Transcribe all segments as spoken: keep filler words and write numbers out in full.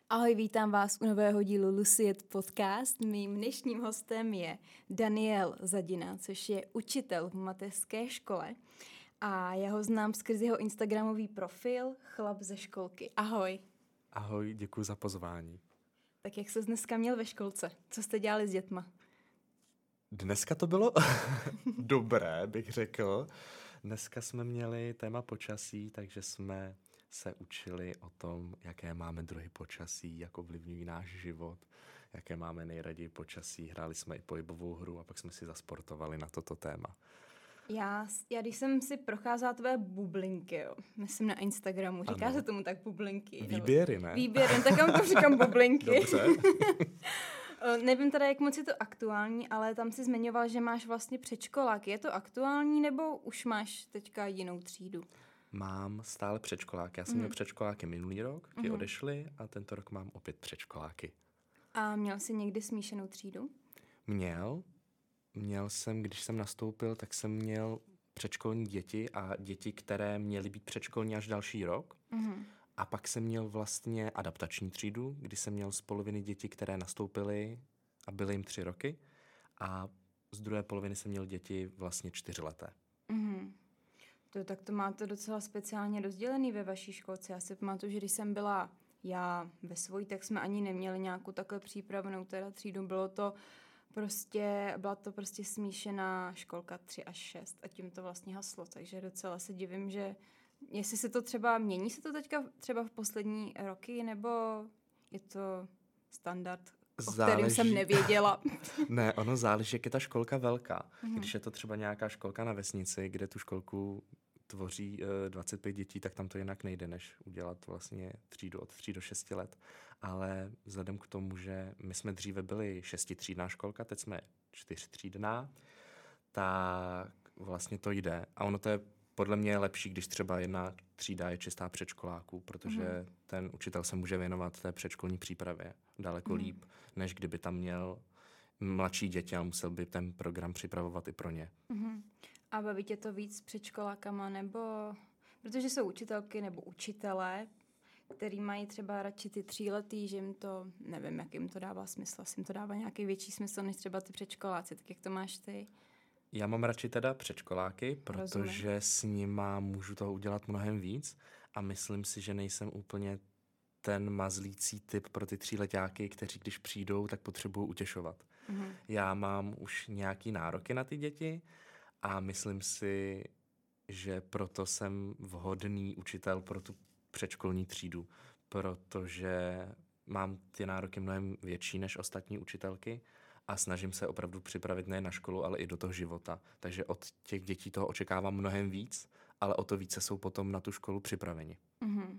Ahoj, vítám vás u nového dílu Lucie podcast. Mým dnešním hostem je Daniel Zadina, což je učitel v mateřské škole. A já ho znám skrz jeho instagramový profil Chlap ze školky. Ahoj. Ahoj, děkuji za pozvání. Tak jak ses dneska měl ve školce? Co jste dělali s dětma? Dneska to bylo dobré, bych řekl. Dneska jsme měli téma počasí, takže jsme se učili o tom, jaké máme druhy počasí, jak ovlivňují náš život, jaké máme nejraději počasí. Hráli jsme i pohybovou hru a pak jsme si zasportovali na toto téma. Já, já když jsem si procházela tvé bublinky, jo, myslím na Instagramu, říká Ano. se tomu tak bublinky. Výběry, ne? Výběry, tak já to říkám bublinky. Dobře. Nevím teda, jak moc je to aktuální, ale tam si zmiňoval, že máš vlastně předškoláky. Je to aktuální, nebo už máš teďka jinou třídu? Mám stále předškoláky. Já jsem Mhm. měl předškoláky minulý rok, ty Mhm. odešly a tento rok mám opět předškoláky. A měl jsi někdy smíšenou třídu? Měl. Měl jsem, když jsem nastoupil, tak jsem měl předškolní děti a děti, které měly být předškolní až další rok. Mhm. A pak jsem měl vlastně adaptační třídu, kdy jsem měl z poloviny děti, které nastoupily a byly jim tři roky. A z druhé poloviny jsem měl děti vlastně čtyřleté. Mhm. To, tak to máte docela speciálně rozdělený ve vaší školce. Já si pamatuju, že když jsem byla já ve svojí, tak jsme ani neměli nějakou takhle přípravnou teda třídu. Bylo to prostě, byla to prostě smíšená školka tři až šest a tím to vlastně haslo. Takže docela se divím, že jestli se to třeba, mění se to teďka třeba v poslední roky, nebo je to standard, o kterém jsem nevěděla. Ne, ono záleží, jak je ta školka velká. Mhm. Když je to třeba nějaká školka na vesnici, kde tu školku tvoří uh, dvacet pět dětí, tak tam to jinak nejde, než udělat vlastně třídu od tří do šesti let. Ale vzhledem k tomu, že my jsme dříve byli šestitřídná školka, teď jsme čtyřtřídná, tak vlastně to jde. A ono to je podle mě lepší, když třeba jedna třída je čistá předškoláků, protože Mhm. ten učitel se může věnovat té předškolní přípravě daleko Mhm. líp, než kdyby tam měl mladší děti a musel by ten program připravovat i pro ně. Mhm. A baví tě to víc s předškolákama, nebo... Protože jsou učitelky nebo učitelé, který mají třeba radši ty tříletý, že jim to, nevím, jak jim to dává smysl, asi jim to dává nějaký větší smysl, než třeba ty předškoláci, tak jak to máš ty? Já mám radši teda předškoláky, protože Rozumím. s nima můžu toho udělat mnohem víc a myslím si, že nejsem úplně ten mazlící typ pro ty tříletáky, kteří když přijdou, tak potřebují utěšovat. Mhm. Já mám už nějaký nároky na ty děti a myslím si, že proto jsem vhodný učitel pro tu předškolní třídu, protože mám ty nároky mnohem větší než ostatní učitelky a snažím se opravdu připravit nejen na školu, ale i do toho života. Takže od těch dětí toho očekávám mnohem víc, ale o to více jsou potom na tu školu připraveni. Mhm.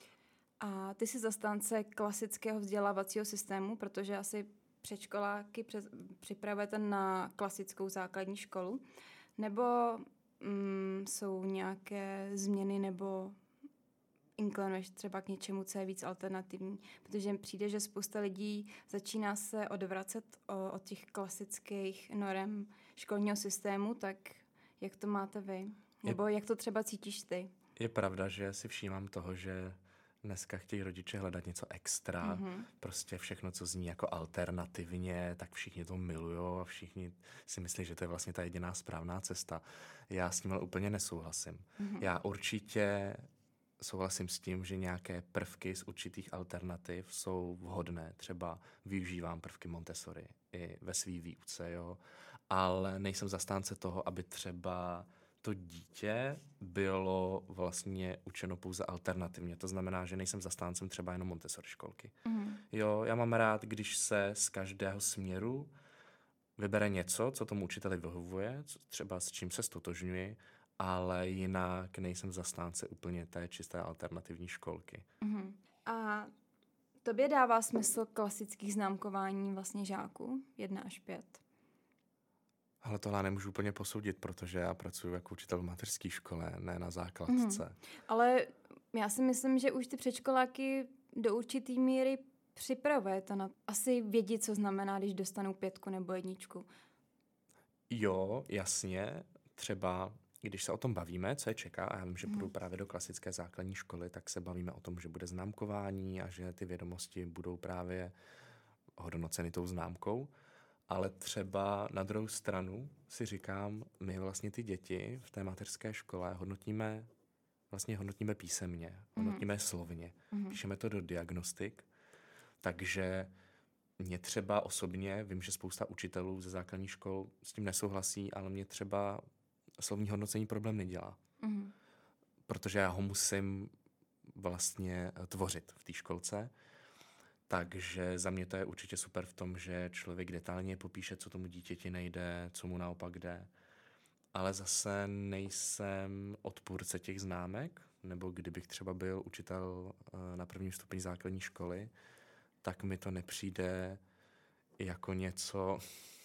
A ty jsi zastánce klasického vzdělávacího systému, protože asi předškoláky přes, připravujete na klasickou základní školu, nebo mm, jsou nějaké změny nebo inklinuješ třeba k něčemu, co je víc alternativní, protože mi přijde, že spousta lidí začíná se odvracet o, od těch klasických norem školního systému, tak jak to máte vy? Nebo jak to třeba cítíš ty? Je pravda, že si všímám toho, že dneska chtějí rodiče hledat něco extra, Mhm. prostě všechno, co zní jako alternativně, tak všichni to milujou a všichni si myslí, že to je vlastně ta jediná správná cesta. Já s tím ale úplně nesouhlasím. Mhm. Já určitě souhlasím s tím, že nějaké prvky z určitých alternativ jsou vhodné. Třeba využívám prvky Montessori i ve své výuce, jo. Ale nejsem zastánce toho, aby třeba to dítě bylo vlastně učeno pouze alternativně. To znamená, že nejsem zastáncem třeba jenom Montessori školky. Mhm. Jo, já mám rád, když se z každého směru vybere něco, co tomu učiteli vyhovuje, co třeba s čím se stotožňuji, ale jinak nejsem zastánce úplně té čisté alternativní školky. Mhm. A tobě dává smysl klasických známkování vlastně žáků, jedna až pět? Ale tohle nemůžu úplně posoudit, protože já pracuji jako učitel v mateřské škole, ne na základce. Mhm. Ale já si myslím, že už ty předškoláky do určitý míry připravujete na asi vědí, co znamená, když dostanou pětku nebo jedničku. Jo, jasně. Třeba když se o tom bavíme, co je čeká, a já vím, že Mhm. půjdu právě do klasické základní školy, tak se bavíme o tom, že bude známkování a že ty vědomosti budou právě hodnoceny tou známkou. Ale třeba na druhou stranu si říkám, my vlastně ty děti v té mateřské škole hodnotíme, vlastně hodnotíme písemně, hodnotíme Mhm. slovně, Mhm. píšeme to do diagnostik, takže mě třeba osobně, vím, že spousta učitelů ze základních škol s tím nesouhlasí, ale mě třeba slovní hodnocení problém nedělá, Mhm. protože já ho musím vlastně tvořit v té školce. Takže za mě to je určitě super v tom, že člověk detailně popíše, co tomu dítěti nejde, co mu naopak jde. Ale zase nejsem odpůrce těch známek, nebo kdybych třeba byl učitel na prvním stupni základní školy, tak mi to nepřijde jako něco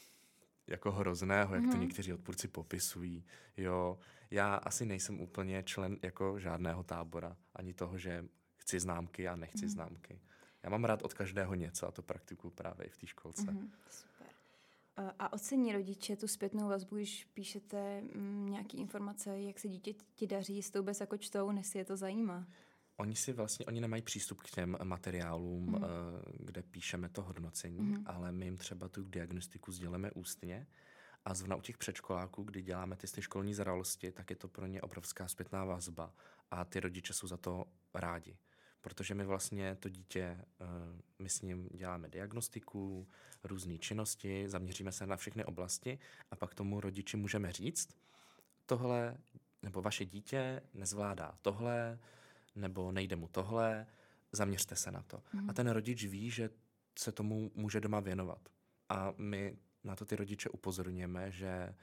jako hrozného, jak to Mhm. někteří odpůrci popisují. Jo, já asi nejsem úplně člen jako žádného tábora, ani toho, že chci známky a nechci Mhm. známky. Já mám rád od každého něco a to praktikuju právě i v té školce. Mhm. Super. A- A ocení rodiče tu zpětnou vazbu, když píšete mm, nějaké informace, jak se dítě ti daří, jestli to vůbec jako čtou, než si je to zajímá? Oni si vlastně, oni nemají přístup k těm materiálům, Mhm. eh, kde píšeme to hodnocení, Mhm. ale my jim třeba tu diagnostiku sdělíme ústně. A zrovna u těch předškoláků, kdy děláme testy školní zralosti, tak je to pro ně obrovská zpětná vazba a ty rodiče jsou za to rádi. Protože my vlastně to dítě, eh, my s ním děláme diagnostiku, různé činnosti, zaměříme se na všechny oblasti a pak tomu rodiči můžeme říct, tohle, nebo vaše dítě nezvládá tohle, nebo nejde mu tohle, zaměřte se na to. Mhm. A ten rodič ví, že se tomu může doma věnovat. A my na to ty rodiče upozorňujeme, že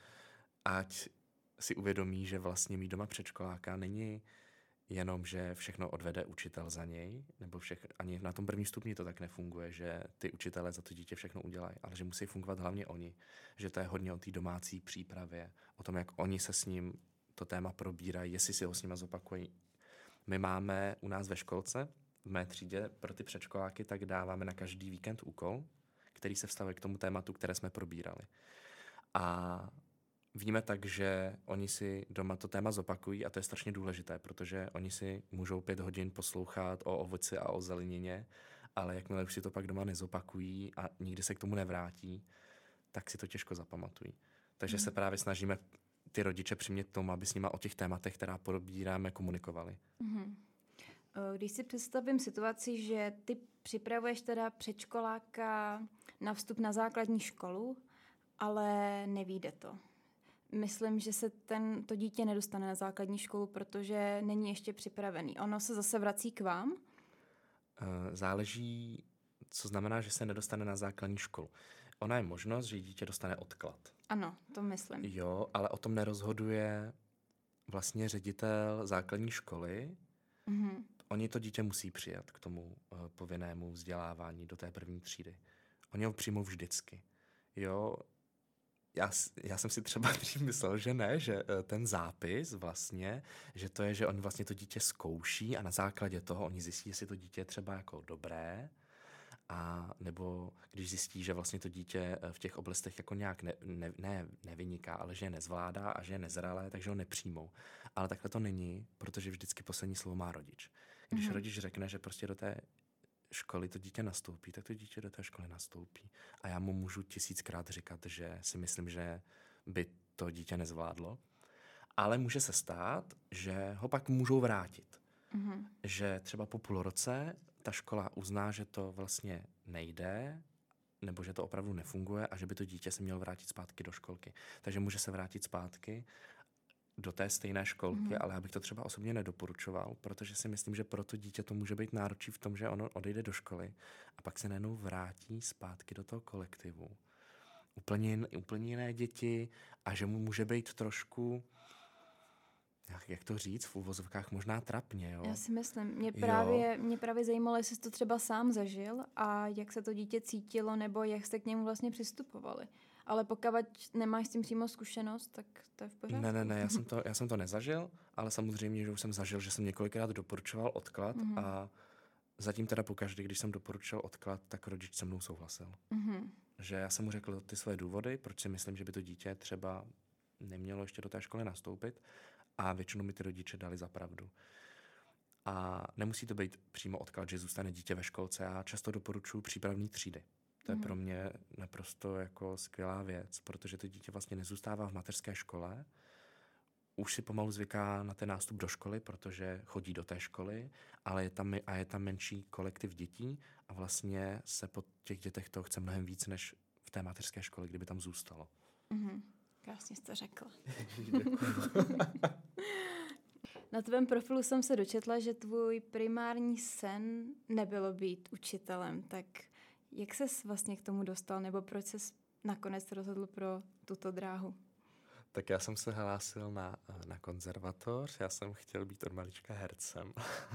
ať si uvědomí, že vlastně mít doma předškoláka není jenom, že všechno odvede učitel za něj, nebo všech, ani na tom prvním stupni to tak nefunguje, že ty učitelé za to dítě všechno udělají, ale že musí fungovat hlavně oni. Že to je hodně o té domácí přípravě, o tom, jak oni se s ním to téma probírají, jestli si ho s nima zopakují. My máme u nás ve školce, v mé třídě pro ty předškoláky, tak dáváme na každý víkend úkol, který se vztahuje k tomu tématu, které jsme probírali. A víme tak, že oni si doma to téma zopakují a to je strašně důležité, protože oni si můžou pět hodin poslouchat o ovoci a o zelenině, ale jakmile už si to pak doma nezopakují a nikdy se k tomu nevrátí, tak si to těžko zapamatují. Takže Mhm. se právě snažíme ty rodiče přimět k tomu, aby s nima o těch tématech, která probíráme, komunikovali. Mhm. Eh, Když si představím situaci, že ty připravuješ teda předškoláka na vstup na základní školu, ale nevíde to. Myslím, že se ten, to dítě nedostane na základní školu, protože není ještě připravený. Ono se zase vrací k vám? Eh, Záleží, co znamená, že se nedostane na základní školu. Ona je možnost, že dítě dostane odklad. Ano, to myslím. Jo, ale o tom nerozhoduje vlastně ředitel základní školy. Mhm. Oni to dítě musí přijet k tomu uh, povinnému vzdělávání do té první třídy. Oni ho přijmou vždycky. Jo, já, s- já jsem si třeba dřív myslel, že ne, že uh, ten zápis vlastně, že to je, že oni vlastně to dítě zkouší a na základě toho oni zjistí, jestli to dítě je třeba jako dobré, a nebo když zjistí, že vlastně to dítě v těch oblastech jako nějak ne, ne, ne, nevyniká, ale že je nezvládá a že je nezralé, takže ho nepřijmou. Ale takhle to není, protože vždycky poslední slovo má rodič. Když Mhm. rodič řekne, že prostě do té školy to dítě nastoupí, tak to dítě do té školy nastoupí. A já mu můžu tisíckrát říkat, že si myslím, že by to dítě nezvládlo. Ale může se stát, že ho pak můžou vrátit. Mhm. Že třeba po půl roce ta škola uzná, že to vlastně nejde, nebo že to opravdu nefunguje a že by to dítě se mělo vrátit zpátky do školky. Takže může se vrátit zpátky do té stejné školky, Mhm. ale já bych to třeba osobně nedoporučoval, protože si myslím, že pro to dítě to může být náročí v tom, že ono odejde do školy a pak se najednou vrátí zpátky do toho kolektivu. Úplně, jin- úplně jiné děti a že mu může být trošku, jak, jak to říct, v uvozovkách možná trapně, jo? Já si myslím, mě Jo. právě, mě právě zajímalo, jestli jsi to třeba sám zažil a jak se to dítě cítilo, nebo jak jste k němu vlastně přistupovali. Ale pokud nemáš s tím přímo zkušenost, tak to je v pořádku. Ne, ne, ne, já jsem, to, já jsem to nezažil, ale samozřejmě, že už jsem zažil, že jsem několikrát doporučoval odklad Mhm. a zatím teda pokaždé, když jsem doporučil odklad, tak rodič se mnou souhlasil. Mhm. Že já jsem mu řekl ty své důvody, proč si myslím, že by to dítě třeba nemělo ještě do té školy nastoupit a většinou mi ty rodiče dali za pravdu. A nemusí to být přímo odklad, že zůstane dítě ve školce. Já často doporučuji přípravné třídy. To je mm. pro mě naprosto jako skvělá věc, protože to dítě vlastně nezůstává v mateřské škole, už si pomalu zvyká na ten nástup do školy, protože chodí do té školy, ale je tam, a je tam menší kolektiv dětí a vlastně se po těch dětech to chce mnohem víc, než v té mateřské škole, kdyby tam zůstalo. Mm-hmm. Krásně jsi to řekla. Na tvém profilu jsem se dočetla, že tvůj primární sen nebylo být učitelem, tak jak ses vlastně k tomu dostal, nebo proč ses nakonec rozhodl pro tuto dráhu? Tak já jsem se hlásil na, na konzervatoř, já jsem chtěl být od malička hercem.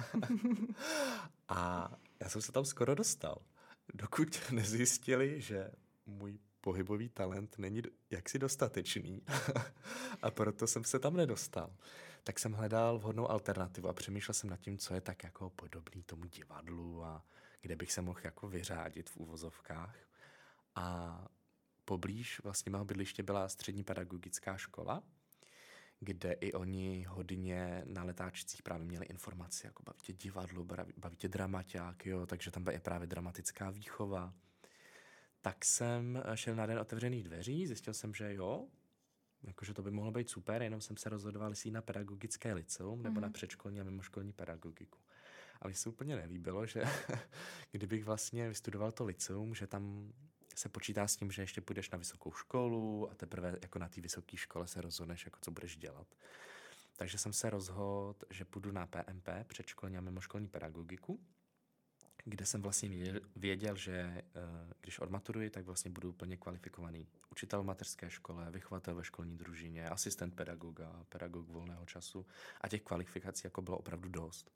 A já jsem se tam skoro dostal, dokud nezjistili, že můj pohybový talent není jaksi dostatečný. A proto jsem se tam nedostal. Tak jsem hledal vhodnou alternativu a přemýšlel jsem nad tím, co je tak jako podobný tomu divadlu a kde bych se mohl jako vyřádit v úvozovkách. A poblíž vlastně mého bydliště byla střední pedagogická škola, kde i oni hodně na letáčcích právě měli informace, jako baví tě divadlo, baví tě dramaťák, jo, takže tam je právě dramatická výchova. Tak jsem šel na den otevřených dveří, zjistil jsem, že jo, jakože to by mohlo být super, jenom jsem se rozhodoval, jestli jít na pedagogické liceum nebo mm. na předškolní a mimoškolní pedagogiku. A mně se úplně nelíbilo, že kdybych vlastně vystudoval to liceum, že tam se počítá s tím, že ještě půjdeš na vysokou školu a teprve jako na té vysoké škole se rozhodneš, jako co budeš dělat. Takže jsem se rozhodl, že půjdu na P M P, předškolní a mimoškolní pedagogiku, kde jsem vlastně věděl, věděl, že když odmaturuji, tak vlastně budu plně kvalifikovaný učitel v mateřské škole, vychovatel ve školní družině, asistent pedagoga, pedagog volného času a těch kvalifikací jako bylo opravdu dost.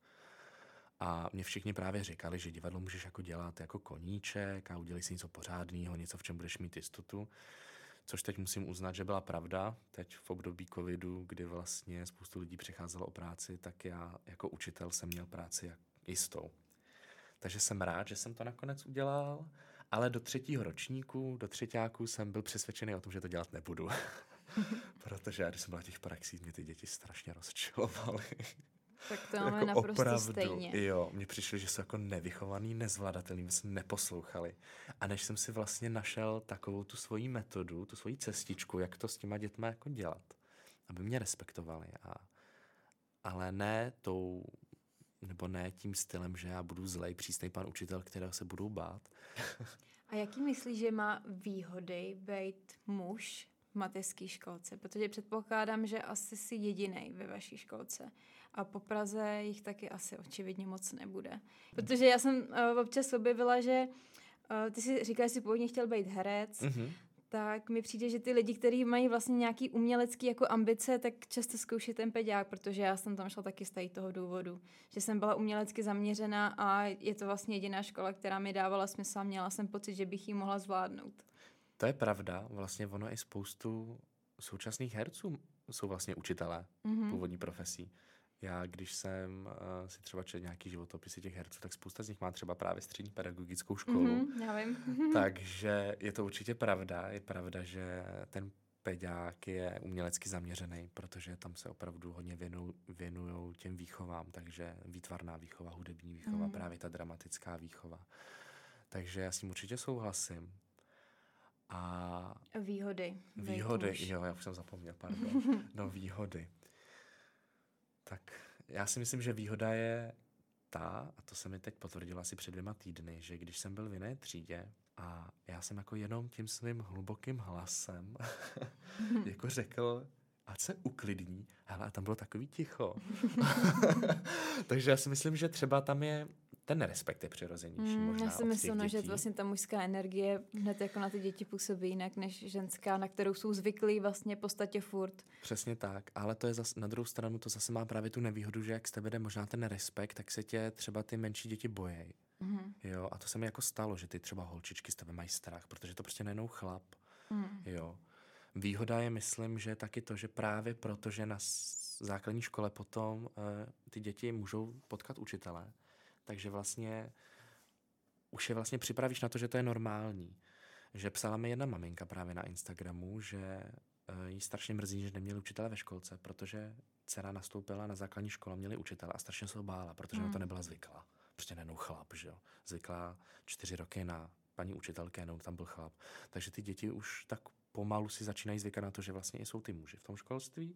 A mě všichni právě říkali, že divadlo můžeš jako dělat jako koníček a udělej si něco pořádného, něco, v čem budeš mít jistotu. Což teď musím uznat, že byla pravda. Teď v období covidu, kdy vlastně spoustu lidí přicházelo o práci, tak já jako učitel jsem měl práci jistou. Takže jsem rád, že jsem to nakonec udělal, ale do třetího ročníku, do třetíáku jsem byl přesvědčený o tom, že to dělat nebudu. Protože já, když jsem byl na těch praxích, mě ty děti strašně rozčilovaly. Tak to máme jako naprosto opravdu, stejně. Jo, mně přišlo, že jsou jako nevychovaný, nezvladatelný, my jsme neposlouchali. A než jsem si vlastně našel takovou tu svoji metodu, tu svoji cestičku, jak to s těma dětma jako dělat, aby mě respektovali. A, ale ne tou, nebo ne tím stylem, že já budu zlej, přísnej pan učitel, kterého se budou bát. A jaký myslíš, že má výhody být muž v mateřské školce? Protože předpokládám, že asi jsi jedinej ve vaší školce. A po Praze jich taky asi očividně moc nebude. Protože já jsem uh, občas objevila, že uh, ty si říkáš, že jsi původně chtěl být herec, mm-hmm. tak mi přijde, že ty lidi, kteří mají vlastně nějaký umělecký jako ambice, tak často zkouší ten peďák, protože já jsem tam šla taky z tady toho důvodu, že jsem byla umělecky zaměřená a je to vlastně jediná škola, která mi dávala smysl a měla jsem pocit, že bych ji mohla zvládnout. To je pravda, vlastně ono i spoustu současných herců jsou vlastně učitelé mm-hmm. původní profesí. Já, když jsem uh, si třeba četl nějaký životopisy těch herců, tak spousta z nich má třeba právě střední pedagogickou školu. Mm-hmm, já vím. Takže je to určitě pravda. Je pravda, že ten peďák je umělecky zaměřený, protože tam se opravdu hodně věnují věnujou těm výchovám. Takže výtvarná výchova, hudební výchova, mm. právě ta dramatická výchova. Takže já s tím určitě souhlasím. A výhody. Výhody, jo, já už jsem zapomněl, pardon. No výhody. Tak já si myslím, že výhoda je ta, a to se mi teď potvrdilo asi před dvěma týdny, že když jsem byl v jiné třídě a já jsem jako jenom tím svým hlubokým hlasem jako řekl, ať se uklidní, hele, a tam bylo takový ticho. Takže já si myslím, že třeba tam je ten respekt je přirozenější mm, možná. Já si myslím, že vlastně ta mužská energie hned jako na ty děti působí jinak než ženská, na kterou jsou zvyklí vlastně v podstatě furt. Přesně tak, ale to je zas, na druhou stranu to zase má právě tu nevýhodu, že jak z tebe jde možná ten respekt, tak se tě třeba ty menší děti bojejí. Mm. Jo, a to se mi jako stalo, že ty třeba holčičky z tebe mají strach, protože to prostě nejenom chlap. Mm. Jo. Výhoda je, myslím, že taky to, že právě proto, že na základní škole potom uh, ty děti můžou potkat učitele, takže vlastně už je vlastně připravíš na to, že to je normální. Že psala mi jedna maminka právě na Instagramu, že uh, jí strašně mrzí, že neměli učitele ve školce, protože dcera nastoupila na základní školu, měli učitele a strašně se ho bála, protože mm. na to nebyla zvyklá. Prostě nenou chlap, že jo. Zvyklá čtyři roky na paní učitelky, jenom tam byl chlap. Takže ty děti už tak pomalu si začínají zvykat na to, že vlastně jsou ty muži v tom školství.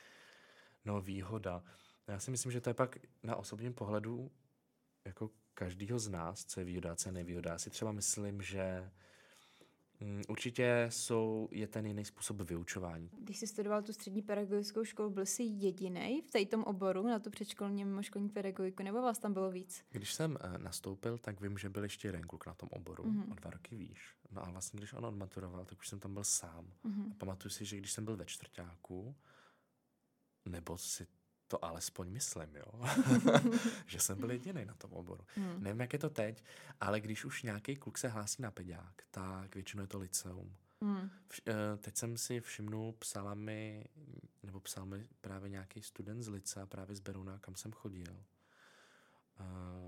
No výhoda. Já si myslím, že to je pak na osobním pohledu jako každýho z nás, co je výhoda, co je nevýhoda. Já si třeba myslím, že mm, určitě jsou, je ten jiný způsob vyučování. Když jsi studoval tu střední pedagogickou školu, byl jsi jedinej v tom oboru na tu předškolní mimoškolní pedagogiku, nebo vás tam bylo víc? Když jsem uh, nastoupil, tak vím, že byl ještě jeden kluk na tom oboru, mm-hmm. o dva roky výš. No a vlastně, když on odmaturoval, tak už jsem tam byl sám. Mm-hmm. A pamatuju si, že když jsem byl ve čtvrťáku, nebo si to alespoň myslím, jo, že jsem byl jediný na tom oboru. Mm. Nevím, jak je to teď, ale když už nějaký kluk se hlásí na peďák, tak většinou je to lyceum. Mm. Vš- uh, teď jsem si všimnul, psala mi, nebo psal mi právě nějaký student z Lica, právě z Berouna, kam jsem chodil. Uh,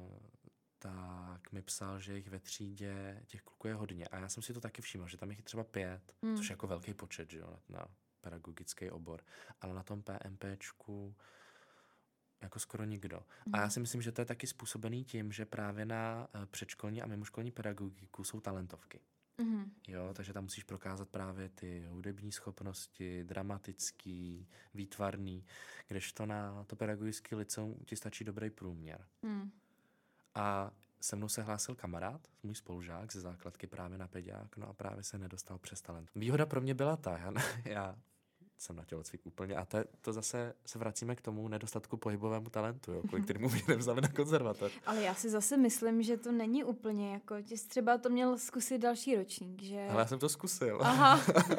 tak mi psal, že jich ve třídě těch kluků je hodně. A já jsem si to taky všiml, že tam jich je třeba pět, mm. což je jako velký počet, že jo, na, na pedagogický obor. Ale na tom PMPčku jako skoro nikdo. Mm. A já si myslím, že to je taky způsobený tím, že právě na uh, předškolní a mimoškolní pedagogiku jsou talentovky. Mm. Jo, takže tam musíš prokázat právě ty hudební schopnosti, dramatický, výtvarný, kdežto na to pedagogické liceum ti stačí dobrý průměr. Mm. A se mnou se hlásil kamarád, můj spolužák ze základky právě na peďák, no a právě se nedostal přes talent. Výhoda pro mě byla ta, já, já jsem na tělocvik úplně a to, to zase se vracíme k tomu nedostatku pohybovému talentu, jo, kvůli kterému mě nevzali na konzervatoř. Ale já si zase myslím, že to není úplně jako, že jsi třeba to měl zkusit další ročník, že... Ale já jsem to zkusil. Aha.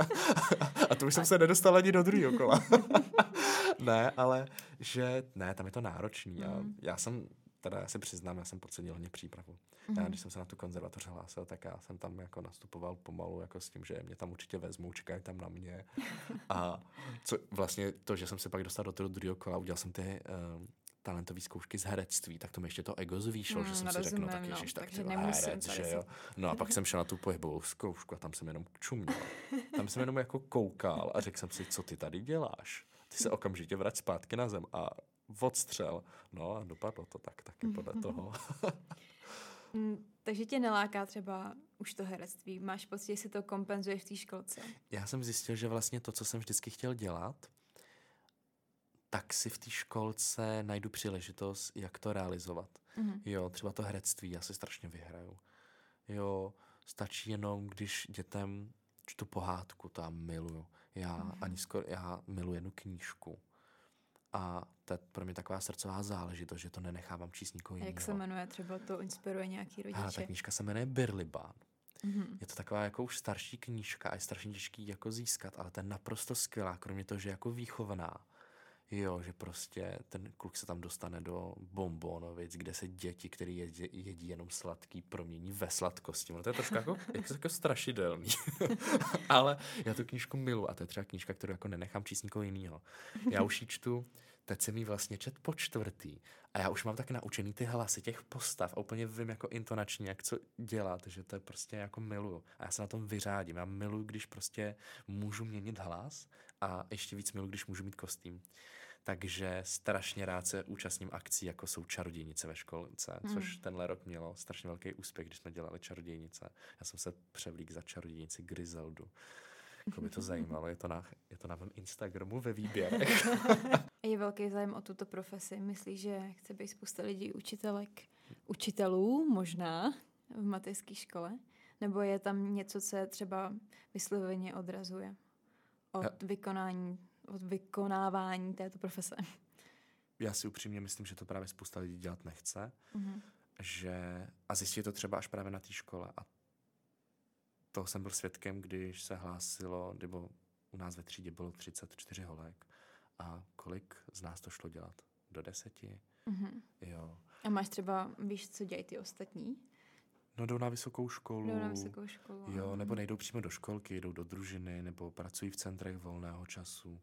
A to už jsem se nedostal ani do druhého kola. Ne, ale že, ne, tam je to náročný. Mm. Já, já jsem, teda já se přiznám, já jsem podcenil hodně přípravu. Mm. Já, když jsem se na tu konzervatoř hlásil, tak já jsem tam jako nastupoval pomalu jako s tím, že mě tam určitě vezmou, čekají tam na mě. A co, vlastně to, že jsem se pak dostal do toho druhého kola, udělal jsem ty uh, talentové zkoušky z herectví, tak to mi ještě to ego zvýšilo, mm, že jsem si řekl, no tak ježiš, tak ty herec, že jo. No a pak jsem šel na tu pohybovou zkoušku a tam jsem jenom čuměl. Tam jsem jenom jako koukal a řekl jsem si, co ty tady děláš? Ty se okamžitě vrať zpátky na zem a odstřel. No a dopadlo to tak taky podle toho. Mm, takže tě neláká třeba už to herectví? Máš pocit, že si to kompenzuje v té školce? Já jsem zjistil, že vlastně to, co jsem vždycky chtěl dělat, tak si v té školce najdu příležitost, jak to realizovat. Mm-hmm. Jo, třeba to herectví, já si strašně vyhraju. Jo, stačí jenom, když dětem čtu pohádku, to já miluju. Já mm-hmm. ani skoro, já miluji jednu knížku. A to je pro mě taková srdcová záležitost, že to nenechávám číst nikoho jiného. Jak se jmenuje? Třeba to inspiruje nějaký rodiče? Hele, ta knížka se jmenuje Birlibán. Mm-hmm. Je to taková jako už starší knížka a je strašně těžký jako získat, ale to je naprosto skvělá, kromě toho, že jako výchovná. Jo, že prostě ten kluk se tam dostane do Bombónovic, kde se děti, které jedí, jedí jenom sladký, promění ve sladkosti. No to je trošku jako, jako, jako strašidelný. Ale já tu knížku miluji a to je třeba knížka, kterou jako nenechám číst nikoho jinýho. Já už ji čtu, teď jsem jí vlastně čet po čtvrtý a já už mám tak naučený ty hlasy těch postav a úplně vím jako intonačně, jak co dělat, že to je prostě jako miluju. A já se na tom vyřádím. Já miluju, když prostě můžu měnit hlas a ještě víc miluju, když můžu mít kostým. Takže strašně rád se účastním akcí, jako jsou čarodějnice ve školce, mm. což tenhle rok mělo strašně velký úspěch, když jsme dělali čarodějnice. Já jsem se převlík za čarodějnici Griseldu. Jako by to zajímalo, je to na, je to na mém Instagramu ve výběrech. Je velký zájem o tuto profesi. Myslíš, že chce být spousta lidí učitelek, učitelů možná v mateřské škole? Nebo je tam něco, co je třeba vysloveně odrazuje od Já... vykonání od vykonávání této profese? Já si upřímně myslím, že to právě spousta lidí dělat nechce. Mm-hmm. Že, a zjistí to třeba až právě na té škole. A toho jsem byl svědkem, když se hlásilo, nebo u nás ve třídě bylo třicet čtyři holek. A kolik z nás to šlo dělat? Do deseti? Mm-hmm. Jo. A máš třeba, víš, co dělají ty ostatní? No jdou na vysokou školu. Jdou na vysokou školu. Jo, nebo nejdou přímo do školky, jdou do družiny, nebo pracují v centrech volného času.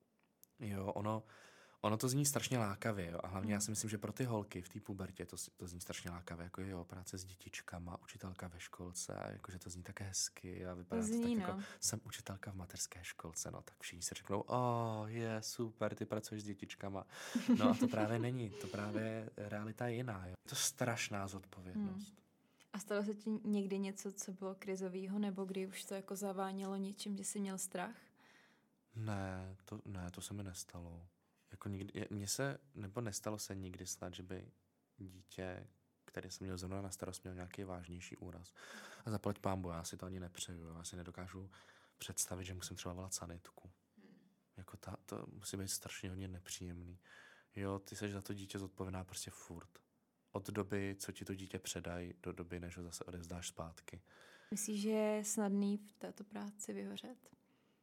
Jo, ono, ono to zní strašně lákavě, jo, a hlavně mm. já si myslím, že pro ty holky v té pubertě to, to zní strašně lákavě, jako jo, práce s dětičkama, učitelka ve mateřské školce a jakože to zní také hezky a vypadá to, zní, tak no. jako jsem učitelka v mateřské školce, no tak všichni si řeknou, o, je super, ty pracuješ s dětičkama. No a to právě není, to právě realita je jiná. Jo. To je strašná zodpovědnost. Hmm. A stalo se ti někdy něco, co bylo krizového, nebo kdy už to jako zavánělo něčím, že jsi měl strach? Ne, to, ne, to se mi nestalo. Jako nikdy, mně se, nebo nestalo se nikdy snad, že by dítě, který jsem měl zrovna na starost, měl nějaký vážnější úraz. A zaplať pánbu, já si to ani nepřeju, já si nedokážu představit, že musím třeba volat sanitku. Jako ta, to musí být strašně hodně nepříjemný. Jo, ty jsi za to dítě zodpovědná prostě furt. Od doby, co ti to dítě předají, do doby, než ho zase odevzdáš zpátky. Myslíš, že je snadný v této práci vyhořet?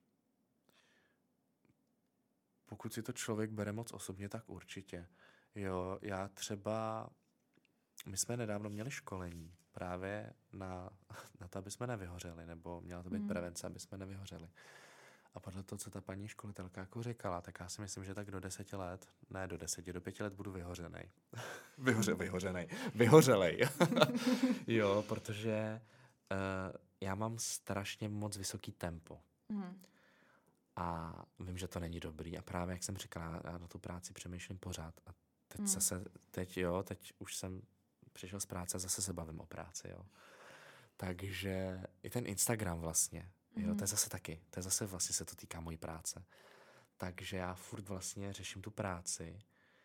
Pokud si to člověk bere moc osobně, tak určitě. Jo, já třeba, my jsme nedávno měli školení právě na, na to, aby jsme nevyhořeli, nebo měla to být Mm. prevence, aby jsme nevyhořeli. A podle toho, co ta paní školitelka jako říkala, tak já si myslím, že tak do deseti let, ne do deseti, do pěti let budu vyhořenej. Vyhoře, vyhořenej. Vyhořelej. Jo, protože uh, já mám strašně moc vysoký tempo. Mm. A vím, že to není dobrý. A právě, jak jsem říkala, já na tu práci přemýšlím pořád. A teď Mm. zase, teď jo, teď už jsem přišel z práce a zase se bavím o práci, jo. Takže i ten Instagram vlastně, jo, to je zase taky, to je zase vlastně se to týká mojí práce. Takže já furt vlastně řeším tu práci,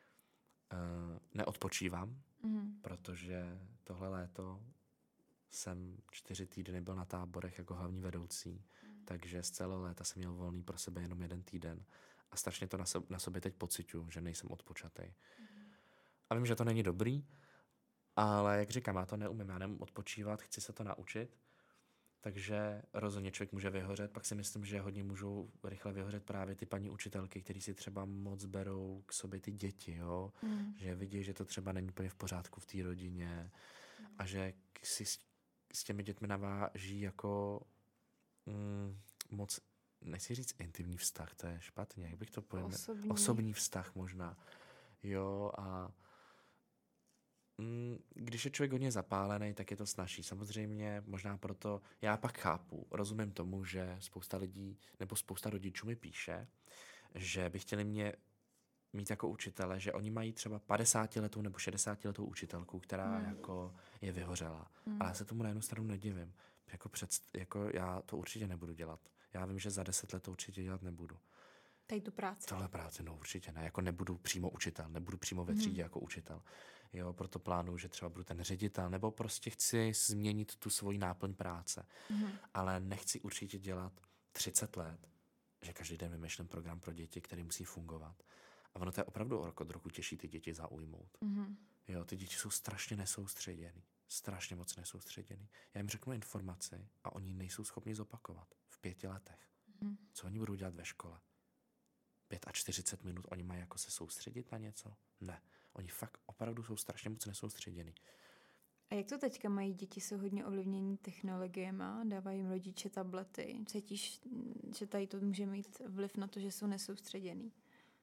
uh, neodpočívám, Mm. protože tohle léto jsem čtyři týdny byl na táborech jako hlavní vedoucí, mm. takže z celého léta jsem měl volný pro sebe jenom jeden týden a strašně to na, so, na sobě teď pociťuju, že nejsem odpočatej. Mm. A vím, že to není dobrý, ale jak říkám, já to neumím, já nemůžu odpočívat, chci se to naučit, takže rozhodně člověk může vyhořet, pak si myslím, že hodně můžou rychle vyhořet právě ty paní učitelky, který si třeba moc berou k sobě ty děti, jo? Mm. Že vidí, že to třeba není úplně v pořádku v té rodině mm. a že si s, s těmi dětmi naváží jako mm, moc, nechci říct intimní vztah, to je špatně, jak bych to pojmenul? Osobní. Osobní vztah možná, jo, a když je člověk hodně zapálený, tak je to snazší. Samozřejmě možná proto, já pak chápu, rozumím tomu, že spousta lidí nebo spousta rodičů mi píše, že by chtěli mě mít jako učitele, že oni mají třeba padesátiletou nebo šedesátiletou učitelku, která hmm. jako je vyhořela. Hmm. Ale já se tomu na jednu stranu nedivím. Jako, před, jako já to určitě nebudu dělat. Já vím, že za deset let to určitě dělat nebudu. Tady tu práci. Tohle práce, no určitě ne. Jako nebudu přímo učitel, nebudu přímo ve třídě hmm. jako učitel. Jo, proto plánuju, že třeba budu ten ředitel, nebo prostě chci změnit tu svoji náplň práce. Hmm. Ale nechci určitě dělat třicet let, že každý den vymýšlím program pro děti, který musí fungovat. A ono to je opravdu o rok od roku těžší ty děti zaujmout. Hmm. Jo, ty děti jsou strašně nesoustředěný. Strašně moc nesoustředěný. Já jim řeknu informaci a oni nejsou schopni zopakovat v pěti letech. Hmm. Co oni budou dělat ve škole? Pět a čtyřicet minut oni mají jako se soustředit na něco? Ne. Oni fakt opravdu jsou strašně moc nesoustředěný. A jak to teďka mají děti? Jsou hodně ovlivnění technologiemi, dávají jim rodiče tablety. Cítíš, že tady to může mít vliv na to, že jsou nesoustředěný?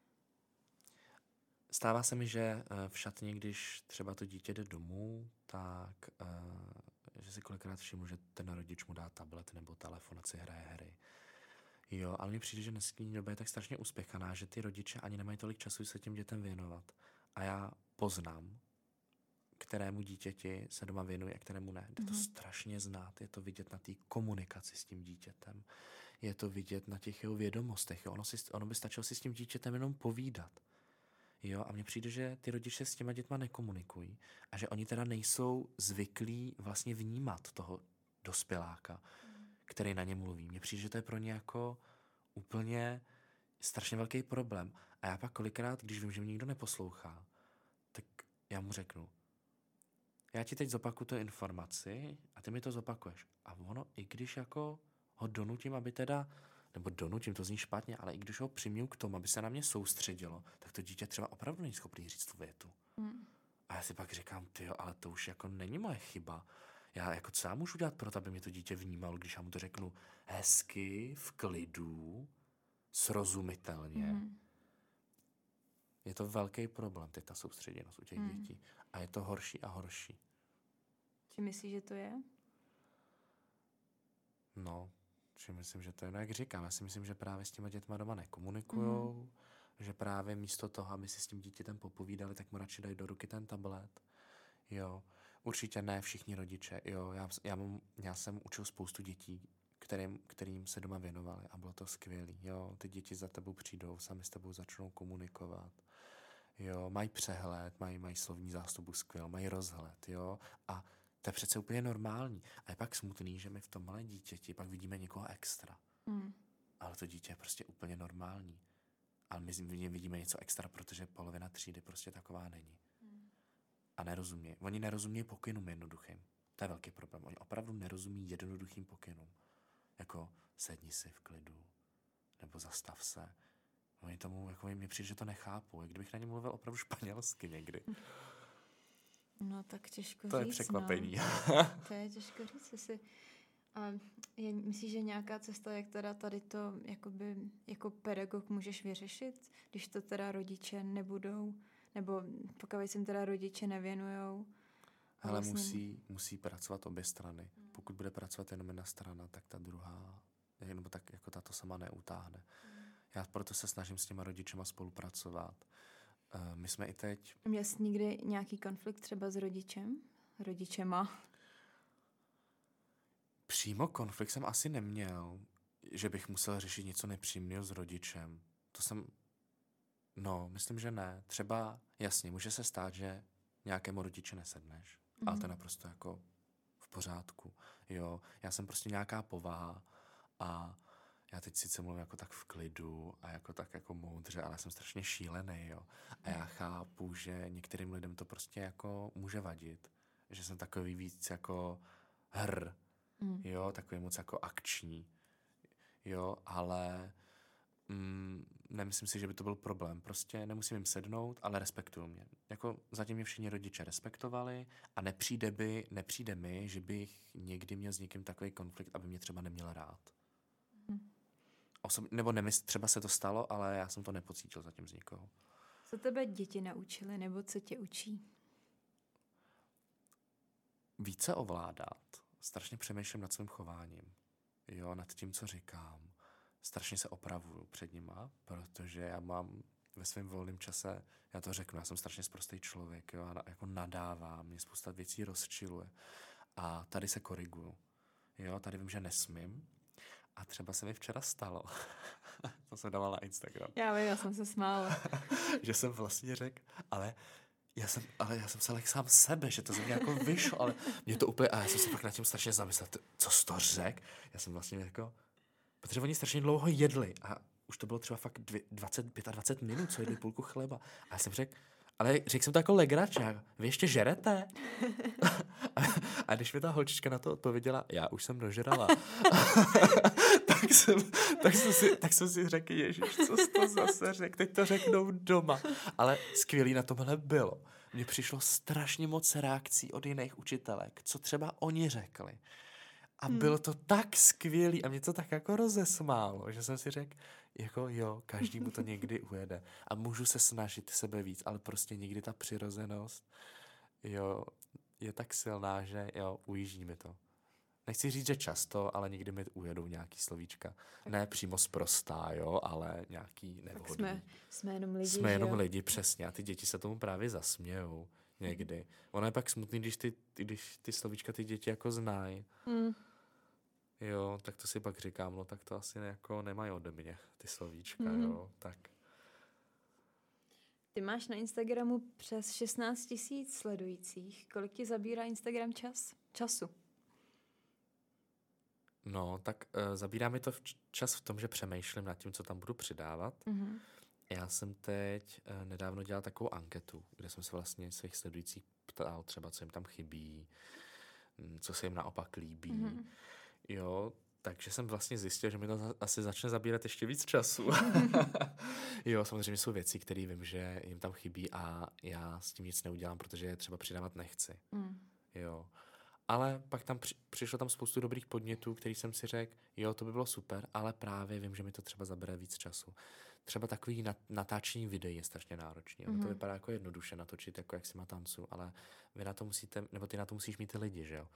Stává se mi, že v šatně, když třeba to dítě jde domů, tak že si kolikrát všimnu, že ten rodič mu dá tablet nebo telefon a si hraje hry. Jo, ale mně přijde, že dnešní doba je tak strašně uspěchaná, že ty rodiče ani nemají tolik času se těm dětem věnovat. A já poznám, kterému dítěti se doma věnuje a kterému ne. Jde to mm-hmm. strašně znát, je to vidět na té komunikaci s tím dítětem. Je to vidět na těch jeho vědomostech. Jo. Ono, si, ono by stačilo si s tím dítětem jenom povídat. Jo, a mně přijde, že ty rodiče s těma dětma nekomunikují a že oni teda nejsou zvyklí vlastně vnímat toho dospěláka, mm. který na ně mluví. Mně přijde, že to je pro ně jako úplně strašně velký problém. A já pak kolikrát, když vím, že mě nikdo neposlouchá, tak já mu řeknu, já ti teď zopakuju tu informaci a ty mi to zopakuješ. A ono, i když jako ho donutím, aby teda, nebo donutím, to zní špatně, ale i když ho přiměju k tomu, aby se na mě soustředilo, tak to dítě třeba opravdu není schopný říct tu větu. Mm. A já si pak říkám, tyjo, ale to už jako není moje chyba. Já jako co já můžu dělat pro to, aby mě to dítě vnímalo, když já mu to řeknu hezky, v klidu, srozumitelně. Mm. Je to velký problém, teď ta soustředěnost u těch mm. dětí. A je to horší a horší. Či myslíš, že to je? No, že myslím, že to je, no jak říkám, já si myslím, že právě s těma dětma doma nekomunikujou, mm. že právě místo toho, aby si s tím dítětem popovídali, tak mu radši dají do ruky ten tablet. Jo, určitě ne všichni rodiče, jo, já, já, mám, já jsem učil spoustu dětí, kterým, kterým se doma věnovali a bylo to skvělý, jo, ty děti za tebou přijdou, sami s tebou začnou komunikovat, jo, mají přehled, mají, mají slovní zástupu skvěl, mají rozhled, jo, a to je přece úplně normální. A je pak smutný, že my v tom malé dítěti pak vidíme někoho extra. Mm. Ale to dítě je prostě úplně normální. Ale my z něj vidíme něco extra, protože polovina třídy prostě taková není. Mm. A nerozumí. Oni nerozumí pokynům jednoduchým. To je velký problém. Oni opravdu nerozumí jednoduchým pokynům. Jako sedni si v klidu. Nebo zastav se. Oni tomu, jako mi přijde, že to nechápu. Jak kdybych na ně mluvil opravdu španělsky někdy. No tak těžko to říct. To je překvapení. No. To je těžko říct, jestli... A je, myslíš, že nějaká cesta, jak teda tady to jakoby, jako pedagog můžeš vyřešit, když to teda rodiče nebudou, nebo pokud se jim teda rodiče nevěnujou? Ale vlastně... musí, musí pracovat obě strany. Hmm. Pokud bude pracovat jenom jedna strana, tak ta druhá, nebo tak jako ta to sama neutáhne. Hmm. Já proto se snažím s těma rodičema spolupracovat. Uh, my jsme i teď... Měl jsi někdy nějaký konflikt třeba s rodičem? Rodičema? Přímo konflikt jsem asi neměl, že bych musel řešit něco nepříjemného s rodičem. To jsem... No, myslím, že ne. Třeba, jasně, může se stát, že nějakému rodiči nesedneš, mm. ale to je naprosto jako v pořádku. Jo, já jsem prostě nějaká povaha a já teď sice mluvím jako tak v klidu a jako tak jako moudře, ale jsem strašně šílený, jo. A já chápu, že některým lidem to prostě jako může vadit. Že jsem takový víc jako hr, mm. jo, takový moc jako akční, jo, ale mm, nemyslím si, že by to byl problém. Prostě nemusím jim sednout, ale respektují mě. Jako zatím mě všichni rodiče respektovali a nepřijde by, nepřijde mi, že bych někdy měl s někým takový konflikt, aby mě třeba neměl rád. Mm. Osob, nebo nemysl, třeba se to stalo, ale já jsem to nepocítil zatím z nikoho. Co tebe děti naučily, nebo co tě učí? Více ovládat. Strašně přemýšlím nad svým chováním. Jo, nad tím, co říkám. Strašně se opravuju před nima, protože já mám ve svém volném čase, já to řeknu, já jsem strašně sprostý člověk, jo, a jako nadávám, mě spousta věcí rozčiluje. A tady se koriguju. Jo, tady vím, že nesmím. A třeba se mi včera stalo. To jsem dával na Instagram. Já vím, já jsem se smála. Že jsem vlastně řekl, ale já jsem, ale já jsem se like sám sebe, že to ze mě jako vyšlo, ale mě to úplně, a já jsem se pak nad tím strašně zamyslel, co jsi to řekl? Já jsem vlastně jako, protože oni strašně dlouho jedli a už to bylo třeba fakt dvacet, dvacet pět minut, co jedli půlku chleba. A já jsem řekl, ale řekl jsem to jako legračák, vy ještě žerete? a, a když mi ta holčička na to odpověděla, já už jsem dožrala. tak, jsem, tak, jsem si, tak jsem si řekl, ježiš, co jsi to zase řekl, teď to řeknou doma. Ale skvělý na tomhle bylo. Mně přišlo strašně moc reakcí od jiných učitelek, co třeba oni řekli. A hmm. bylo to tak skvělý a mě to tak jako rozesmálo, že jsem si řekl, jako jo, každý mu to někdy ujede. A můžu se snažit sebe víc, ale prostě někdy ta přirozenost, jo, je tak silná, že jo, ujíždí mi to. Nechci říct, že často, ale někdy mi ujedou nějaký slovíčka. Ne přímo sprostá, jo, ale nějaký nevhodný. Jsme, jsme jenom lidi, Jsme jenom jo? lidi, přesně. A ty děti se tomu právě zasmějou někdy. Ono je pak smutný, když ty, když ty slovíčka ty děti jako znají. Mm. Jo, tak to si pak říkám, no tak to asi jako nemají ode mě, ty slovíčka, mm. jo, tak. Ty máš na Instagramu přes šestnáct tisíc sledujících. Kolik ti zabírá Instagram čas? Času? No, tak uh, zabírá mi to v čas v tom, že přemýšlím nad tím, co tam budu přidávat. Mm-hmm. Já jsem teď uh, nedávno dělal takovou anketu, kde jsem se vlastně svých sledujících ptal třeba, co jim tam chybí, co se jim naopak líbí. Mm-hmm. Jo, takže jsem vlastně zjistil, že mi to asi začne zabírat ještě víc času. Jo, samozřejmě jsou věci, které vím, že jim tam chybí a já s tím nic neudělám, protože je třeba přidávat nechci. Mm. Jo. Ale pak tam při, přišlo tam spoustu dobrých podnětů, který jsem si řekl, jo, to by bylo super, ale právě vím, že mi to třeba zabere víc času. Třeba takový nat, natáčení videí je strašně náročný. Ono mm-hmm. to vypadá jako jednoduše natočit, jako jak si má tancu, ale vy na to musíte, nebo ty na to musíš mít ty lidi, že jo.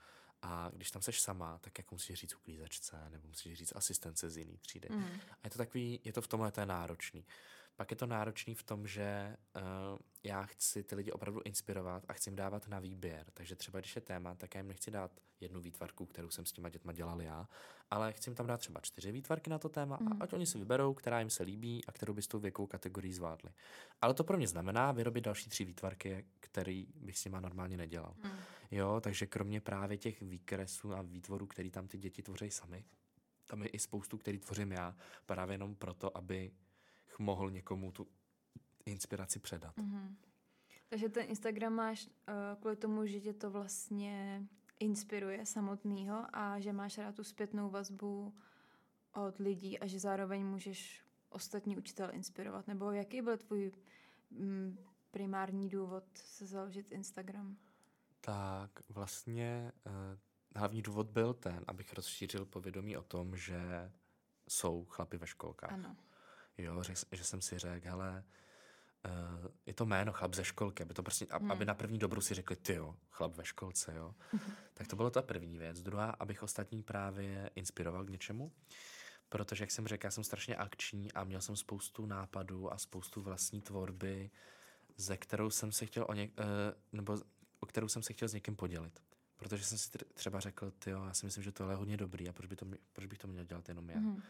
A když tam seš sama, tak jako musíš říct uklízečce, nebo musíš říct asistence z jiný třídy. Mm. A je to takový, je to v tomhle to je náročný. Pak je to náročný v tom, že uh, já chci ty lidi opravdu inspirovat a chci jim dávat na výběr. Takže třeba když je téma, tak já jim nechci dát jednu výtvarku, kterou jsem s těma dětma dělal já, ale chci jim tam dát třeba čtyři výtvarky na to téma Mm. a ať oni si vyberou, která jim se líbí a kterou by s tou věkovou kategorií zvládli. Ale to pro mě znamená vyrobit další tři výtvarky, který bych s nima normálně nedělal. Mm. Jo, takže kromě právě těch výkresů a výtvorů, který tam ty děti tvoří sami, tam je i spoustu, který tvořím já, právě jenom proto, aby mohl někomu tu inspiraci předat. Mm. Takže ten Instagram máš uh, kvůli tomu, že tě to vlastně inspiruje samotného a že máš rád tu zpětnou vazbu od lidí a že zároveň můžeš ostatní učitel inspirovat. Nebo jaký byl tvůj mm, primární důvod se založit Instagram? Tak vlastně uh, hlavní důvod byl ten, abych rozšířil povědomí o tom, že jsou chlapi ve školkách. Ano. Jo, že, že jsem si řekl, hele, uh, je to jméno chlap ze školky, aby to prostě, Hmm. aby na první dobrou si řekli, ty jo, chlap ve školce, jo. Tak to bylo ta první věc. Druhá, abych ostatní právě inspiroval k něčemu, protože, jak jsem řekl, já jsem strašně akční a měl jsem spoustu nápadů a spoustu vlastní tvorby, ze kterou jsem se chtěl o ně, uh, nebo o kterou jsem se chtěl s někým podělit. Protože jsem si třeba řekl, ty jo, já si myslím, že tohle je hodně dobrý a proč, by to, proč bych to měl dělat jenom já. Mm.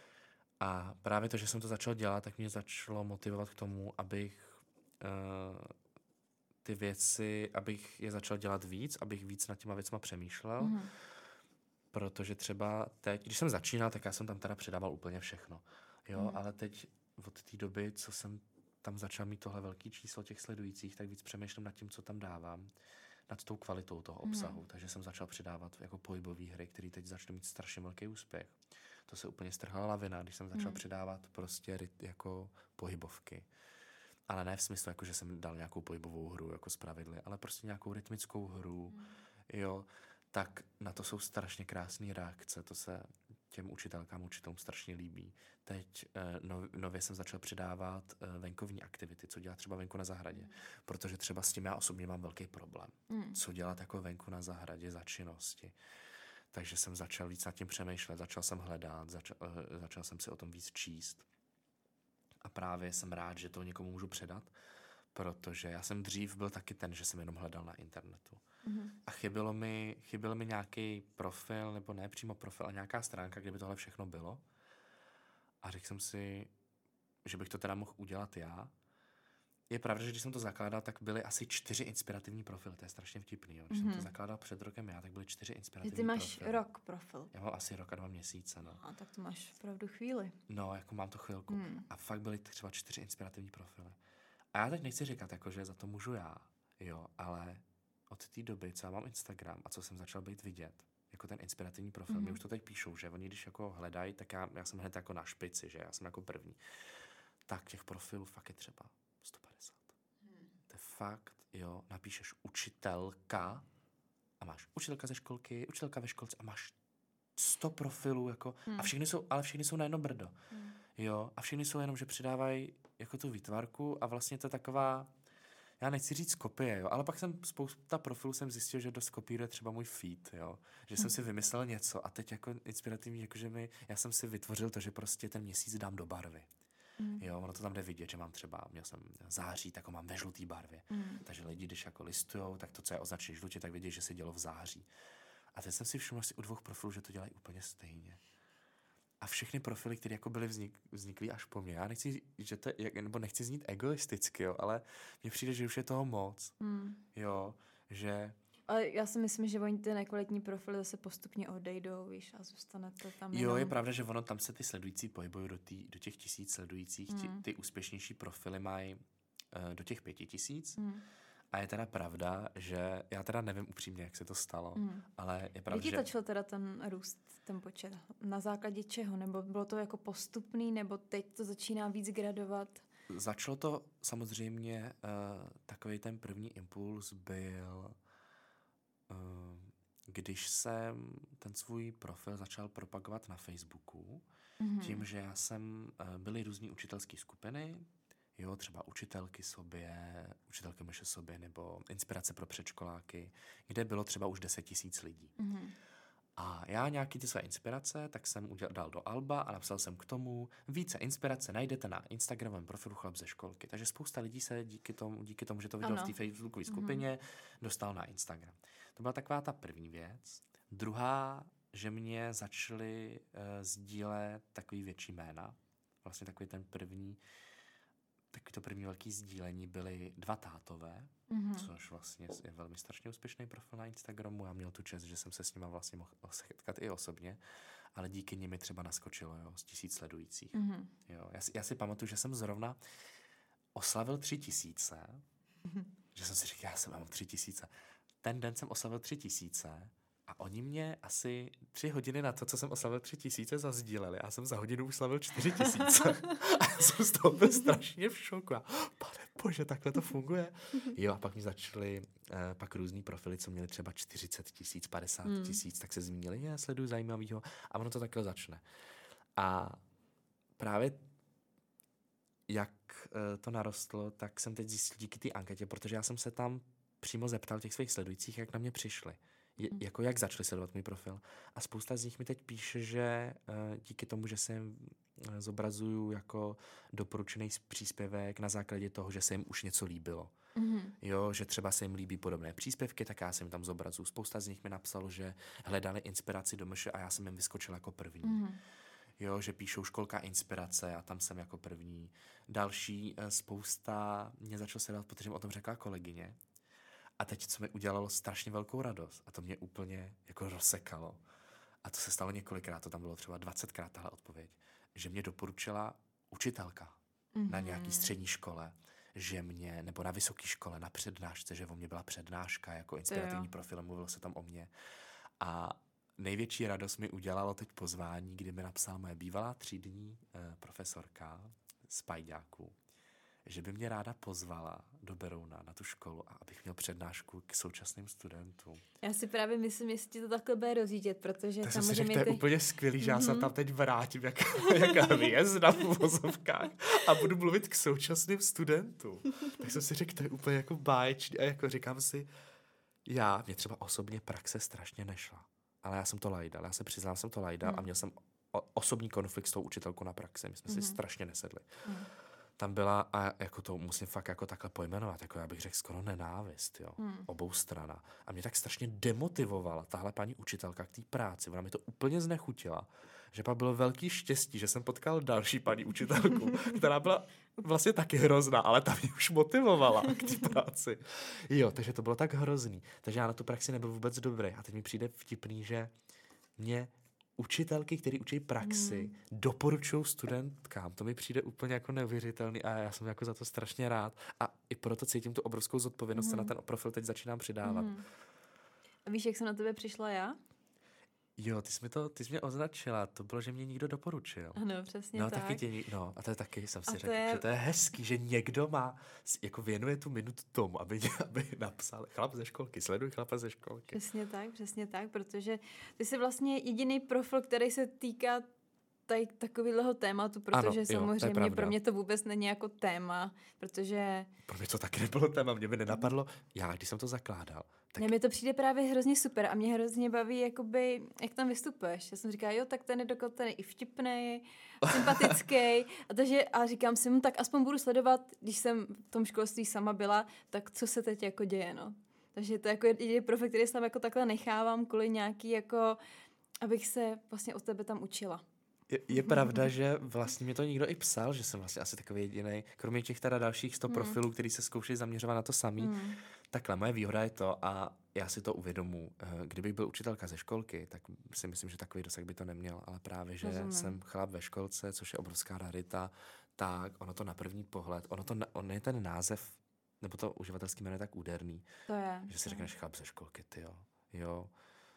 A právě to, že jsem to začal dělat, tak mě začalo motivovat k tomu, abych uh, ty věci, abych je začal dělat víc, abych víc nad těma věcma přemýšlel. Mm. Protože třeba teď, když jsem začínal, tak já jsem tam teda předával úplně všechno. Jo, Mm. ale teď od té doby, co jsem tam začal mít tohle velký číslo těch sledujících, tak víc přemýšlím nad tím, co tam dávám, nad tou kvalitou toho obsahu. Mm. Takže jsem začal přidávat jako pohybové hry, které teď začnou mít strašně velký úspěch. To se úplně strhala lavina, když jsem začal Mm. přidávat prostě ryt, jako pohybovky. Ale ne v smyslu, jako že jsem dal nějakou pohybovou hru jako z pravidly, ale prostě nějakou rytmickou hru, Mm. jo, tak na to jsou strašně krásné reakce, to se těm učitelkám, učitelům strašně líbí. Teď eh, no, nově jsem začal přidávat eh, venkovní aktivity, co dělat třeba venku na zahradě, Mm. protože třeba s tím já osobně mám velký problém. Mm. Co dělat jako venku na zahradě za činnosti. Takže jsem začal víc nad tím přemýšlet, začal jsem hledat, začal, uh, začal jsem si o tom víc číst. A právě jsem rád, že to někomu můžu předat, protože já jsem dřív byl taky ten, že jsem jenom hledal na internetu. Mm. A chybělo mi, chyběl mi nějaký profil, nebo ne přímo profil, ale nějaká stránka, kde by tohle všechno bylo. A řekl jsem si, že bych to teda mohl udělat já. Je pravda, že když jsem to zakládal, tak byly asi čtyři inspirativní profily. To je strašně vtipný. Jo. Když mm-hmm. jsem to zakládal před rokem já, tak byly čtyři Že inspirativní ty máš profily. rok profil. Já mám asi rok a dva měsíce. No, A tak to máš opravdu chvíli. no jako mám to chvilku. Mm. A fakt byly třeba čtyři inspirativní profily. A já teď nechci říkat, jako, že za to můžu já, jo, ale od té doby, co já mám Instagram a co jsem začal být vidět, jako ten inspirativní profil, mm-hmm. mi už to teď píšou, že oni když jako hledají, tak já, já jsem hned jako na špici, že já jsem jako první. Tak těch profilů fakt je třeba sto padesát. Hmm. To je fakt, jo, napíšeš učitelka a máš učitelka ze školky, učitelka ve školce a máš sto profilů, jako, hmm. a všechny jsou, ale všechny jsou na jedno brdo. Hmm. Jo, a všechny jsou jenom, že přidávají jako tu výtvarku a vlastně to je taková, já nechci říct kopie, jo, ale pak jsem spousta profilů jsem zjistil, že dost kopíruje třeba můj feed, jo, že jsem si vymyslel něco a teď jako inspirativní, jakože mi, já jsem si vytvořil to, že prostě ten měsíc dám do barvy. Mm. Jo, ono to tam jde vidět, že mám třeba, měl jsem září, tak ho mám ve žlutý barvě. Mm. Takže lidi, když jako listujou, tak to, co je označené žlutě, tak vědí, že se dělo v září. A teď jsem si všiml asi u dvou profilů, že to dělají úplně stejně. A všechny profily, které jako byly vznik, vzniklý až po mně, já nechci, že to, nebo nechci znít egoisticky, jo, ale mně přijde, že už je toho moc. Mm. Jo, že... Ale já si myslím, že oni ty nekvalitní profily zase postupně odejdou, víš, a zůstane to tam jenom... Jo, je pravda, že ono tam se ty sledující pohybují do, tý, do těch tisíc sledujících, mm. ty, ty úspěšnější profily mají uh, do těch pěti tisíc. Mm. A je teda pravda, že já teda nevím upřímně, jak se to stalo, mm. ale je pravda, Jak ti že... začal teda ten růst, ten počet? Na základě čeho? Nebo bylo to jako postupný, nebo teď to začíná víc gradovat? Začalo to samozřejmě, uh, takový ten první impuls byl... když jsem ten svůj profil začal propagovat na Facebooku, mm-hmm. tím, že já jsem, byly různý učitelské skupiny, jo, třeba učitelky sobě, učitelky myše sobě, nebo inspirace pro předškoláky, kde bylo třeba už deset tisíc lidí. Mm-hmm. A já nějaký ty své inspirace, tak jsem udělal, dal do alba a napsal jsem k tomu, více inspirace najdete na Instagramovém profilu Chlap ze školky. Takže spousta lidí se díky tomu, díky tomu že to viděl v té facebookové skupině, mm-hmm. dostal na Instagram. To byla taková ta první věc. Druhá, že mě začaly uh, sdílet takový větší jména. Vlastně takový ten první, takový to první velký sdílení byly dva tátové, mm-hmm. což vlastně je velmi strašně úspěšný profil na Instagramu. Já měl tu čest, že jsem se s nima vlastně mohl setkat i osobně, ale díky nimi třeba naskočilo, jo, z tisíc sledujících. Mm-hmm. Jo, já, si, já si pamatuju, že jsem zrovna oslavil tři tisíce, mm-hmm. že jsem si říkal, já jsem mám tři tisíce. Ten den jsem oslavil tři tisíce a oni mě asi tři hodiny na to, co jsem oslavil tři tisíce, zazdíleli. Já jsem za hodinu uslavil čtyři tisíce. A já jsem z toho byl strašně v šoku. A pane bože, takhle to funguje. Jo, a pak mi začaly uh, pak různý profily, co měli třeba čtyřicet tisíc, padesát tisíc, tak se zmínili, já sleduju zajímavýho. A ono to takhle začne. A právě jak uh, to narostlo, tak jsem teď zjistil díky té anketě, protože já jsem se tam přímo zeptal těch svých sledujících, jak na mě přišli. Je, jako jak začali sledovat můj profil. A spousta z nich mi teď píše, že uh, díky tomu, že se jim uh, zobrazuju jako doporučený příspěvek na základě toho, že se jim už něco líbilo. Mm-hmm. Jo, že třeba se jim líbí podobné příspěvky, tak já se jim tam zobrazuju. Spousta z nich mi napsalo, že hledali inspiraci do myše a já jsem jim vyskočil jako první. Mm-hmm. Jo, že píšou školka inspirace a tam jsem jako první. Další uh, spousta mě začalo sledovat, protože mi o tom řekla kolegyně. A teď, co mi udělalo strašně velkou radost, a to mě úplně jako rozsekalo, a to se stalo několikrát, to tam bylo třeba dvacetkrát tahle odpověď, že mě doporučila učitelka mm-hmm. na nějaký střední škole, že mě, nebo na vysoké škole, na přednášce, že o mě byla přednáška jako inspirativní profil, mluvilo se tam o mě. A největší radost mi udělalo teď pozvání, kdy mi napsala moje bývalá třídní eh, profesorka z Pajďáku, že by mě ráda pozvala do Berouna na tu školu a abych měl přednášku k současným studentům. Já si právě myslím, jestli to takhle bude rozjíždět, protože tak samozřejmě... Tak ty... to je úplně skvělý, že mm-hmm. já se tam teď vrátím jak, jak hvězda v uvozovkách a budu mluvit k současným studentům. Tak jsem si řekl, to je úplně jako báječný a jako říkám si, já, mě třeba osobně praxe strašně nešla, ale já jsem to lajdal, já se přiznám, jsem to lajdal mm. a měl jsem o, osobní konflikt s tou učitelkou na praxi, my jsme mm. si strašně nesedli. Mm. Tam byla, a jako to musím fakt jako takhle pojmenovat, jako já bych řekl skoro nenávist, jo, hmm. obou strana. A mě tak strašně demotivovala tahle paní učitelka k té práci, ona mi to úplně znechutila, že pak bylo velký štěstí, že jsem potkal další paní učitelku, která byla vlastně taky hrozná, ale ta mě už motivovala k té práci. Jo, takže to bylo tak hrozný, takže já na tu praxi nebyl vůbec dobrý. A teď mi přijde vtipný, že mě učitelky, které učí praxi, hmm. doporučují studentkám. To mi přijde úplně jako neuvěřitelný a já jsem jako za to strašně rád. A i proto cítím tu obrovskou zodpovědnost, hmm. a na ten profil teď začínám přidávat. Hmm. A víš, jak jsem na tebe přišla já? Jo, ty jsi, mi to, ty jsi mě označila. To bylo, že mě někdo doporučil. Ano, přesně no, tak. Taky tě, no, a to je taky, jsem si řekl, je... že to je hezký, že někdo má, jako věnuje tu minutu tomu, aby, aby napsal chlap ze školky, sleduj chlapa ze školky. Přesně tak, přesně tak, protože ty jsi vlastně jediný profil, který se týká tady takového tématu, protože ano, samozřejmě jo, pro mě to vůbec není jako téma, protože... Pro mě to taky nebylo téma, mě by nenapadlo, já když jsem to zakládal. Tak... Mně to přijde právě hrozně super a mě hrozně baví, jakoby, jak tam vystupuješ. Já jsem říkala, jo, tak ten je dokonce ten je i vtipnej, sympatický. A, takže, a říkám si, no, tak aspoň budu sledovat, když jsem v tom školství sama byla, tak co se teď jako děje, no. Takže to je jako jediný profil, který se tam jako takhle nechávám kvůli nějaký, jako, abych se vlastně od tebe tam učila. Je, je pravda, že vlastně mi to někdo i psal, že jsem vlastně asi takový jediný, kromě těch teda dalších sto hmm. profilů, který se zkoušejí zaměřovat na to samý. Hmm. Takhle, moje výhoda je to a já si to uvědomuji. Kdybych byl učitelka ze školky, tak si myslím, že takový dosah by to neměl, ale právě, že Rozumím. jsem chlap ve školce, což je obrovská rarita, tak ono to na první pohled, ono to, on je ten název, nebo to uživatelský jméno je tak úderný, to je, že si to řekneš chlap ze školky, ty jo, jo,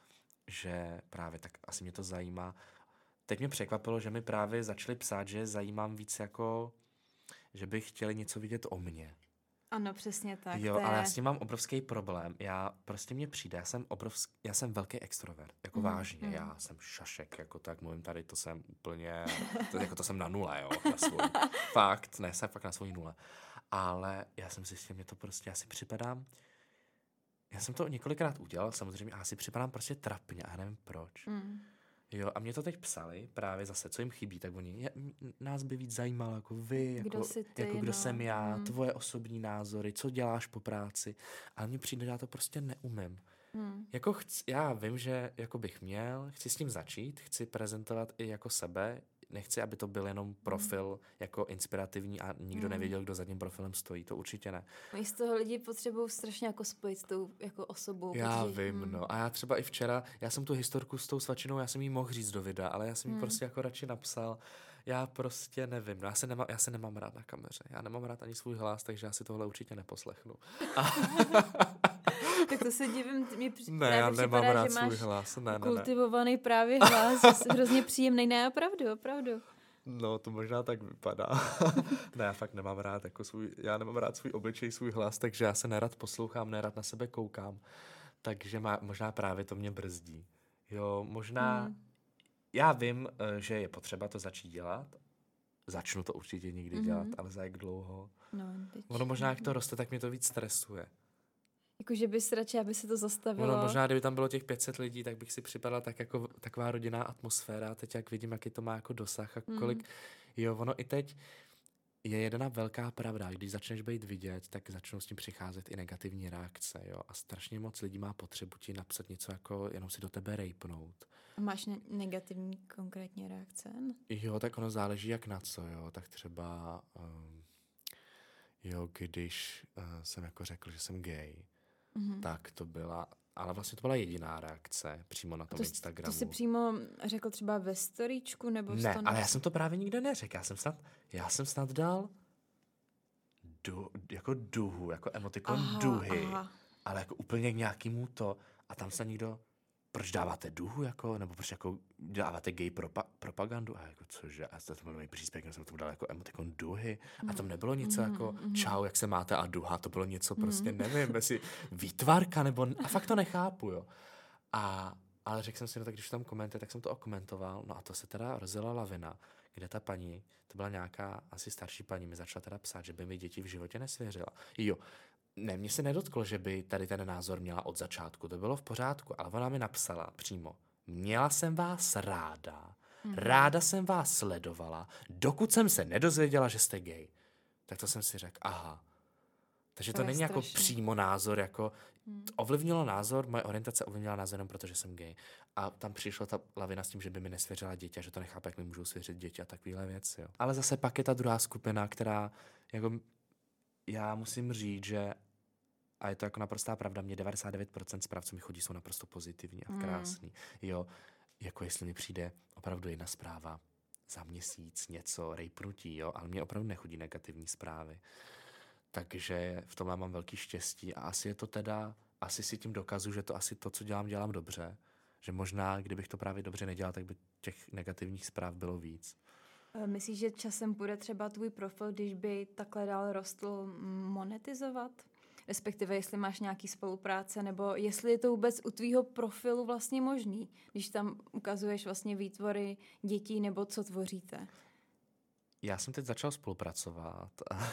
že právě tak asi mě to zajímá. Teď mě překvapilo, že mi právě začali psát, že zajímám víc jako, že by chtěli něco vidět o mně. Ano, přesně tak. Jo, je... ale já s tím mám obrovský problém. Já prostě mně přijde, já jsem obrovský, já jsem velký extrovert, jako mm, vážně, mm. já jsem šašek, jako tak mluvím tady, to jsem úplně, to, jako to jsem na nule, jo, na svůj. Fakt, ne, jsem fakt na svůj nule. Ale já jsem si s tím, mě to prostě, já si připadám, já jsem to několikrát udělal, samozřejmě, a já si připadám prostě trapně, a já nevím proč. Mm. Jo, a mě to teď psali právě zase, co jim chybí, tak oni, je, nás by víc zajímalo, jako vy, jako kdo, ty, jako kdo no. jsem já, hmm. tvoje osobní názory, co děláš po práci. A mně přijde, že já to prostě neumím. Hmm. Jako chci, já vím, že jako bych měl, chci s tím začít, chci prezentovat i jako sebe, nechci, aby to byl jenom profil hmm. jako inspirativní a nikdo hmm. nevěděl, kdo za tím profilem stojí, to určitě ne. Oni z toho lidi potřebují strašně jako spojit s tou jako osobou. Já protože, vím, hmm. no. A já třeba i včera, já jsem tu historku s tou svačinou, já jsem jí mohl říct do videa, ale já jsem jí hmm. prostě jako radši napsal, já prostě nevím, no, já, se nemám, já se nemám rád na kameře, já nemám rád ani svůj hlas, takže já si tohle určitě neposlechnu. A tak to se divím, mě ne, já nemám připadá, rád svůj hlas. Ne, ne, kultivovaný ne. právě hlas, hrozně příjemný, ne, opravdu, opravdu. No, to možná tak vypadá. Ne, já fakt nemám rád jako svůj, já nemám rád svůj obličej, svůj hlas, takže já se nerad poslouchám, nerad na sebe koukám. Takže má, možná právě to mě brzdí. Jo, možná, hmm. já vím, že je potřeba to začít dělat. Začnu to určitě někdy mm-hmm. dělat, ale za jak dlouho. No, teď... Ono možná, jak to roste, tak mě to víc stresuje. Jakože bys radši, aby se to zastavilo. Ono možná, kdyby tam bylo těch pět set lidí, tak bych si připadala tak jako taková rodinná atmosféra. Teď jak vidím, jaký to má jako dosah a kolik... Mm. Jo, ono i teď je jedna velká pravda. Když začneš být vidět, tak začnou s tím přicházet i negativní reakce, jo. A strašně moc lidí má potřebu ti napsat něco jako jenom si do tebe rejpnout. A máš ne- negativní konkrétně reakce? Jo, tak ono záleží jak na co, jo. Tak třeba, um, jo, když uh, jsem jako řekl, že jsem gay, mm-hmm. tak to byla, ale vlastně to byla jediná reakce přímo na tom to, Instagramu. To jsi přímo řekl třeba ve storíčku nebo v Ne, ale já jsem to právě nikde neřekl. Já jsem snad, já jsem snad dal du, jako duhu, jako emotikon aha, duhy, aha. ale jako úplně k nějakému to a tam se nikdo, proč dáváte duhu, jako, nebo proč jako dáváte gay propa- propagandu? A jako cože, a to byl můj příspěvek, jsem to dal jako emotikon duhy a tam nebylo něco mm, jako mm, čau, jak se máte a duha, to bylo něco prostě, mm. nevím, jestli výtvarka, nebo, a fakt to nechápu, jo. A, ale řekl jsem si, no tak když tam komentuje, tak jsem to okomentoval, no a to se teda rozjela lavina, kde ta paní, to byla nějaká asi starší paní, mi začala teda psát, že by mi děti v životě nesvěřila. Jo, ne, mě se nedotklo, že by tady ten názor měla od začátku, to bylo v pořádku, ale ona mi napsala přímo, měla jsem vás ráda, mm. ráda jsem vás sledovala, dokud jsem se nedozvěděla, že jste gay. Tak to jsem si řekl, aha. Takže to, to není strašný. Jako přímo názor, jako hmm. ovlivnilo názor, moje orientace ovlivnila názor jenom protože jsem gay. A tam přišla ta lavina s tím, že by mi nesvěřila děti a že to nechápe, jak mi můžou svěřit děti a takovéhle věci. Jo. Ale zase pak je ta druhá skupina, která, jako já musím říct, že a je to jako naprostá pravda, mě devadesát devět procent zpráv, co mi chodí, jsou naprosto pozitivní a krásný. Hmm. Jo, jako jestli mi přijde opravdu jedna zpráva za měsíc, něco, rejpnutí, jo, ale mě opravdu nechodí negativní zprávy. Takže v tom mám velký štěstí a asi je to teda, asi si tím dokazuju, že to asi to, co dělám, dělám dobře. Že možná, kdybych to právě dobře nedělal, tak by těch negativních zpráv bylo víc. Myslíš, že časem bude třeba tvůj profil, když by takhle dál rostl, monetizovat? Respektive, jestli máš nějaký spolupráce, nebo jestli je to vůbec u tvýho profilu vlastně možný, když tam ukazuješ vlastně výtvory dětí, nebo co tvoříte? Já jsem teď začal spolupracovat.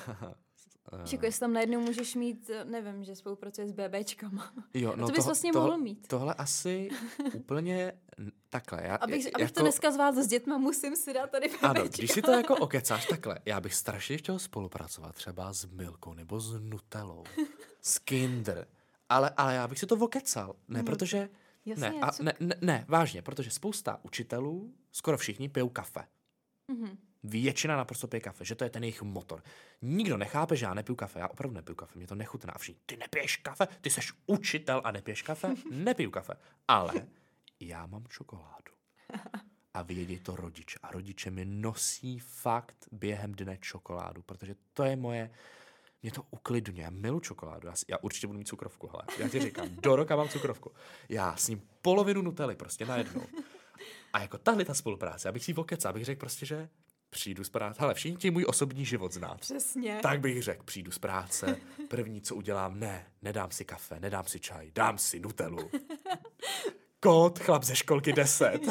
Jako jestli tam najednou můžeš mít, nevím, že spolupracuje s BBčkama. Jo, no to bys toho, vlastně tohle, mohl mít. Tohle asi úplně takhle. Já, abych jako, abych to dneska zvládl s dětma, musím si dát tady BBčka. Ano, když si to jako okecáš takhle, já bych strašně chtěl spolupracovat třeba s Milkou nebo s Nutellou, s Kinder, ale, ale já bych si to okecal. Ne, no, protože... Jasně, ne, a, ne, ne, ne, vážně, protože spousta učitelů, skoro všichni pijou kafe. Mhm. Většina naprosto pije kafe, že to je ten jejich motor. Nikdo nechápe, že já nepiju kafe. Já opravdu nepiju kafe, mě to nechutná. Všichni, ty nepiješ kafe? Ty seš učitel a nepiješ kafe? Nepiju kafe. Ale já mám čokoládu. A vědí to rodiče. A rodiče mi nosí fakt během dne čokoládu, protože to je moje... Mě to uklidňuje. Já milu čokoládu. Já, já určitě budu mít cukrovku, hele. Já ti říkám, do roka mám cukrovku. Já s ním polovinu Nutelly prostě najednou. A jako tahle ta spolupráce, abych si ji okecal, abych řekl prostě, že přijdu z práce, hele, všichni chtějí můj osobní život znát. Přesně. Tak bych řekl, přijdu z práce, první, co udělám, ne, nedám si kafe, nedám si čaj, dám si Nutellu. Kód, chlap ze školky deset.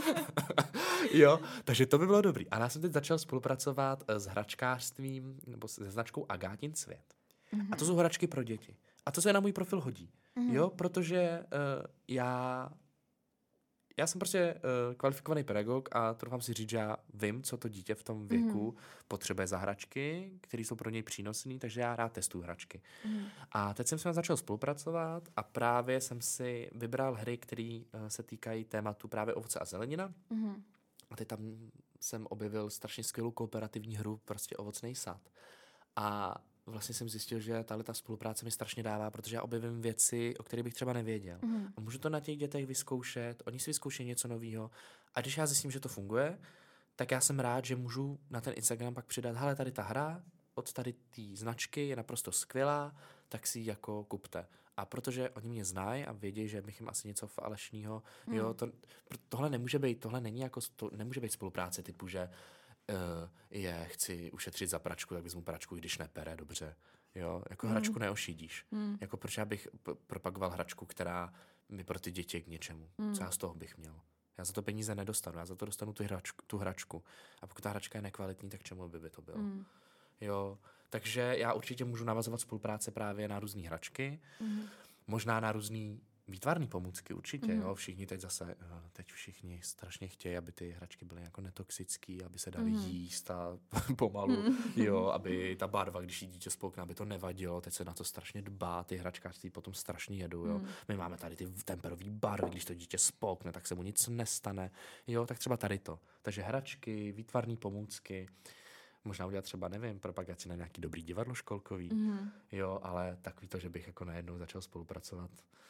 Jo, takže to by bylo dobrý. A já jsem teď začal spolupracovat s hračkářstvím, nebo se značkou Agátin svět. Mm-hmm. A to jsou hračky pro děti. A to se na můj profil hodí. Mm-hmm. Jo, protože uh, já... Já jsem prostě uh, kvalifikovaný pedagog a troufám si říct, že já vím, co to dítě v tom věku mm. potřebuje za hračky, které jsou pro něj přínosné, takže já rád testuju hračky. Mm. A teď jsem s ním začal spolupracovat a právě jsem si vybral hry, které uh, se týkají tématu právě ovoce a zelenina. Mm. A teď tam jsem objevil strašně skvělou kooperativní hru, prostě Ovocnej sad. A vlastně jsem zjistil, že tahle ta spolupráce mi strašně dává, protože já objevím věci, o kterých bych třeba nevěděl. Mm. A můžu to na těch dětech vyzkoušet, oni si vyzkoušejí něco nového. A když já zjistím, že to funguje, tak já jsem rád, že můžu na ten Instagram pak přidat, hele, tady ta hra od tady té značky je naprosto skvělá, tak si ji jako kupte. A protože oni mě znají a vědí, že bych jim asi něco falešného, mm. jo, to, tohle nemůže být, tohle není jako, to nemůže být spolupráce typu, že Uh, je, chci ušetřit za pračku, tak vezmu pračku, když nepere dobře. Jo, jako mm. hračku neošidíš. Mm. Jako proč já bych p- propagoval hračku, která mi pro ty děti k něčemu. Mm. Co já z toho bych měl? Já za to peníze nedostanu, já za to dostanu tu hračku. Tu hračku. A pokud ta hračka je nekvalitní, tak čemu by, by to bylo? Mm. Jo, takže já určitě můžu navazovat spolupráce právě na různé hračky, mm. možná na různý výtvarný pomůcky, určitě, mm. jo, všichni teď zase, teď všichni strašně chtějí, aby ty hračky byly jako netoxický, aby se daly mm. jíst a pomalu, mm. jo, aby ta barva, když jí dítě spolkne, aby to nevadilo, teď se na to strašně dbá, ty hračkářství potom strašně jedou, jo, mm. my máme tady ty temperový barvy, když to dítě spolkne, tak se mu nic nestane, jo, tak třeba tady to, takže hračky, výtvarný pomůcky, možná udělat třeba, nevím, propagaci na nějaký dobrý divadlo školkový, mm. jo, ale takový to, že bych jako najednou začal spolupracovat,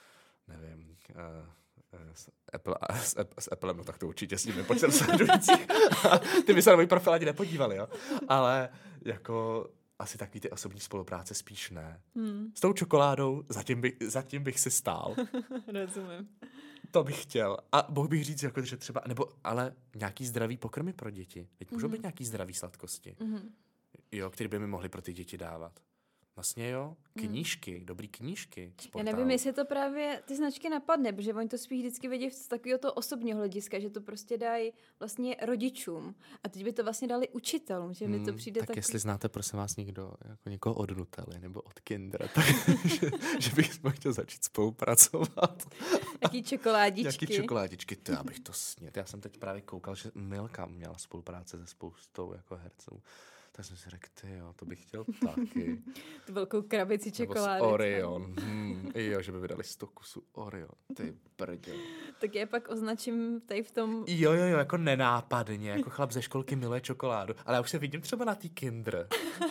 nevím, uh, uh, s, Apple, uh, s, s Applem, no tak to určitě s ním nepočtem sledujících. Ty by se na můj profil ani nepodívali, jo. Ale jako asi takový ty osobní spolupráce spíš ne. Hmm. S tou čokoládou zatím, by, zatím bych si stál. Rozumím. To bych chtěl. A mohl bych říct, jako, že třeba, nebo ale nějaký zdravý pokrmy pro děti. Teď můžou mm-hmm. být nějaký zdravý sladkosti, mm-hmm. jo, které by mi mohly pro ty děti dávat. Vlastně jo, knížky, hmm. dobrý knížky. Já nevím, jestli to právě ty značky napadne, protože oni to spíš vždycky vědí z takového toho osobního hlediska, že to prostě dají vlastně rodičům a teď by to vlastně dali učitelům, že mi to přijde tak tak... jestli znáte, prosím vás, někdo, jako někoho od Nutelly nebo od Kindra, tak že, že bych chtěl začít spolupracovat. Jaký čokoládičky. Jaký čokoládičky, to já bych to snět. Já jsem teď právě koukal, že Milka měla spolupráce se spoustou jako herců. Tak jsem si řekl, ty jo, to bych chtěl taky. Tu velkou krabici čokolády. Nebo Orion. Hmm, jo, že by vydali sto kusů Orion. Ty brďo. Tak je pak označím tady v tom... Jo, jo, jo, jako nenápadně, jako chlap ze školky miluje čokoládu. Ale já už se vidím třeba na tý Kinder.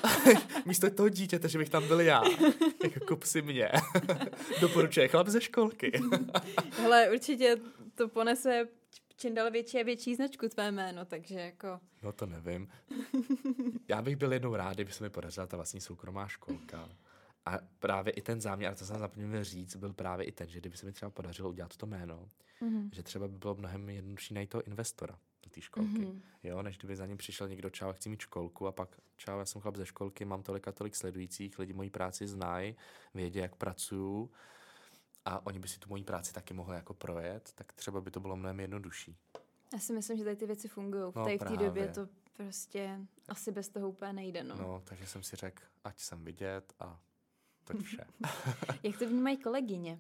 Místo toho dítěte, že bych tam byl já. Jako kup si mě. Doporučuje chlap ze školky. Hele, určitě to ponese čím dál větší a větší značku tvé jméno, takže jako... No to nevím. Já bych byl jednou rád, kdyby se mi podařila ta vlastní soukromá školka. A právě i ten záměr, a to jsem zapomněl říct, byl právě i ten, že kdyby se mi třeba podařilo udělat to jméno, mm-hmm. že třeba by bylo mnohem jednodušší najít toho investora do té školky. Mm-hmm. Jo, než kdyby za ním přišel někdo, čau, chci mít školku a pak, čau, já jsem chlap ze školky, mám tolik a tolik sledujících, lidi moji práci znají, vědí, jak pracuju a oni by si tu moji práci taky mohli jako projet, tak třeba by to bylo mnohem jednodušší. Já si myslím, že tady ty věci fungují. No, tady v té době to prostě asi bez toho úplně nejde. No, no takže jsem si řekl, ať jsem vidět a to je vše. Jak to vnímají kolegyně?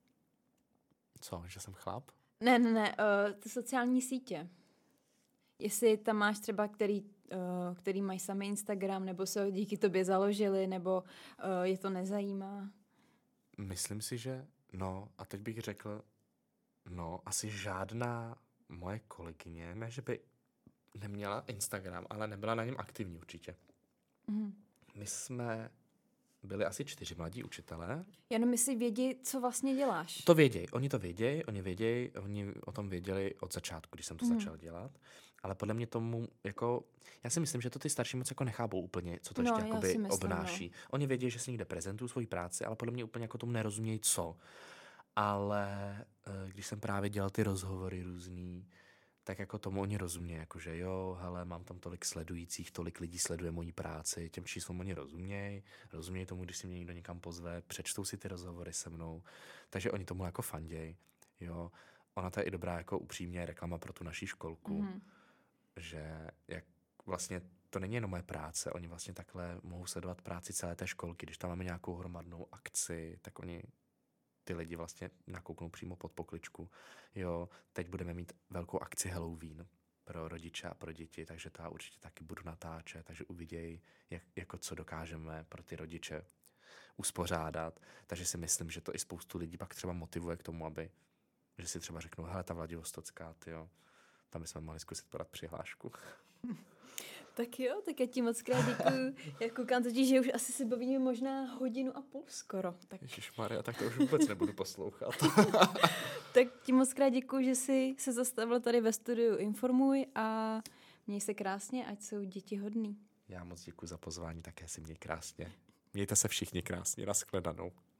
Co, že jsem chlap? Ne, ne, ne, uh, ty sociální sítě. Jestli tam máš třeba, který, uh, který mají sami Instagram, nebo se díky tobě založili, nebo uh, je to nezajímá? Myslím si, že no, a teď bych řekl, no, asi žádná moje kolegyně, ne, že by neměla Instagram, ale nebyla na něm aktivní určitě. Mm. My jsme byli asi čtyři mladí učitelé. Jenom jestli vědí, co vlastně děláš. To vědějí, oni to vědějí, oni vědějí, oni o tom věděli od začátku, když jsem to mm. začal dělat. Ale podle mě tomu, jako, já si myslím, že to ty starší moc jako nechápou úplně, co to no, ještě jakoby myslím, obnáší. No. Oni vědí, že si někde prezentují svoji práci, ale podle mě úplně jako tomu nerozumějí co. Ale když jsem právě dělal ty rozhovory různý, tak jako tomu oni rozumějí, jakože jo, hele, mám tam tolik sledujících, tolik lidí sleduje moji práci, těm číslům oni rozumějí, rozumějí tomu, když si mě někdo někam pozve, přečtou si ty rozhovory se mnou, takže oni tomu jako fanděj, jo. Ona to je i dobrá jako upřímně reklama pro tu naší školku, mm. že jak vlastně to není jenom moje práce, oni vlastně takhle mohou sledovat práci celé té školky, když tam máme nějakou hromadnou akci, tak oni ty lidi vlastně nakouknou přímo pod pokličku. Jo, teď budeme mít velkou akci Halloween pro rodiče a pro děti, takže to já určitě taky budu natáčet, takže uvidějí, jak, jako co dokážeme pro ty rodiče uspořádat. Takže si myslím, že to i spoustu lidí pak třeba motivuje k tomu, aby, že si třeba řeknou, hele, ta Vladivostocká, tyjo, tam bychom mohli zkusit podat přihlášku. Tak jo, tak já ti moc krát děkuju. Já koukám totiž, že už asi se bavíme možná hodinu a půl skoro. Tak... Ježišmarja, tak to už vůbec nebudu poslouchat. Tak ti moc krát děkuju, že jsi se zastavil tady ve studiu Informuj a měj se krásně, ať jsou děti hodný. Já moc děkuju za pozvání, také si měj krásně. Mějte se všichni krásně, nashledanou.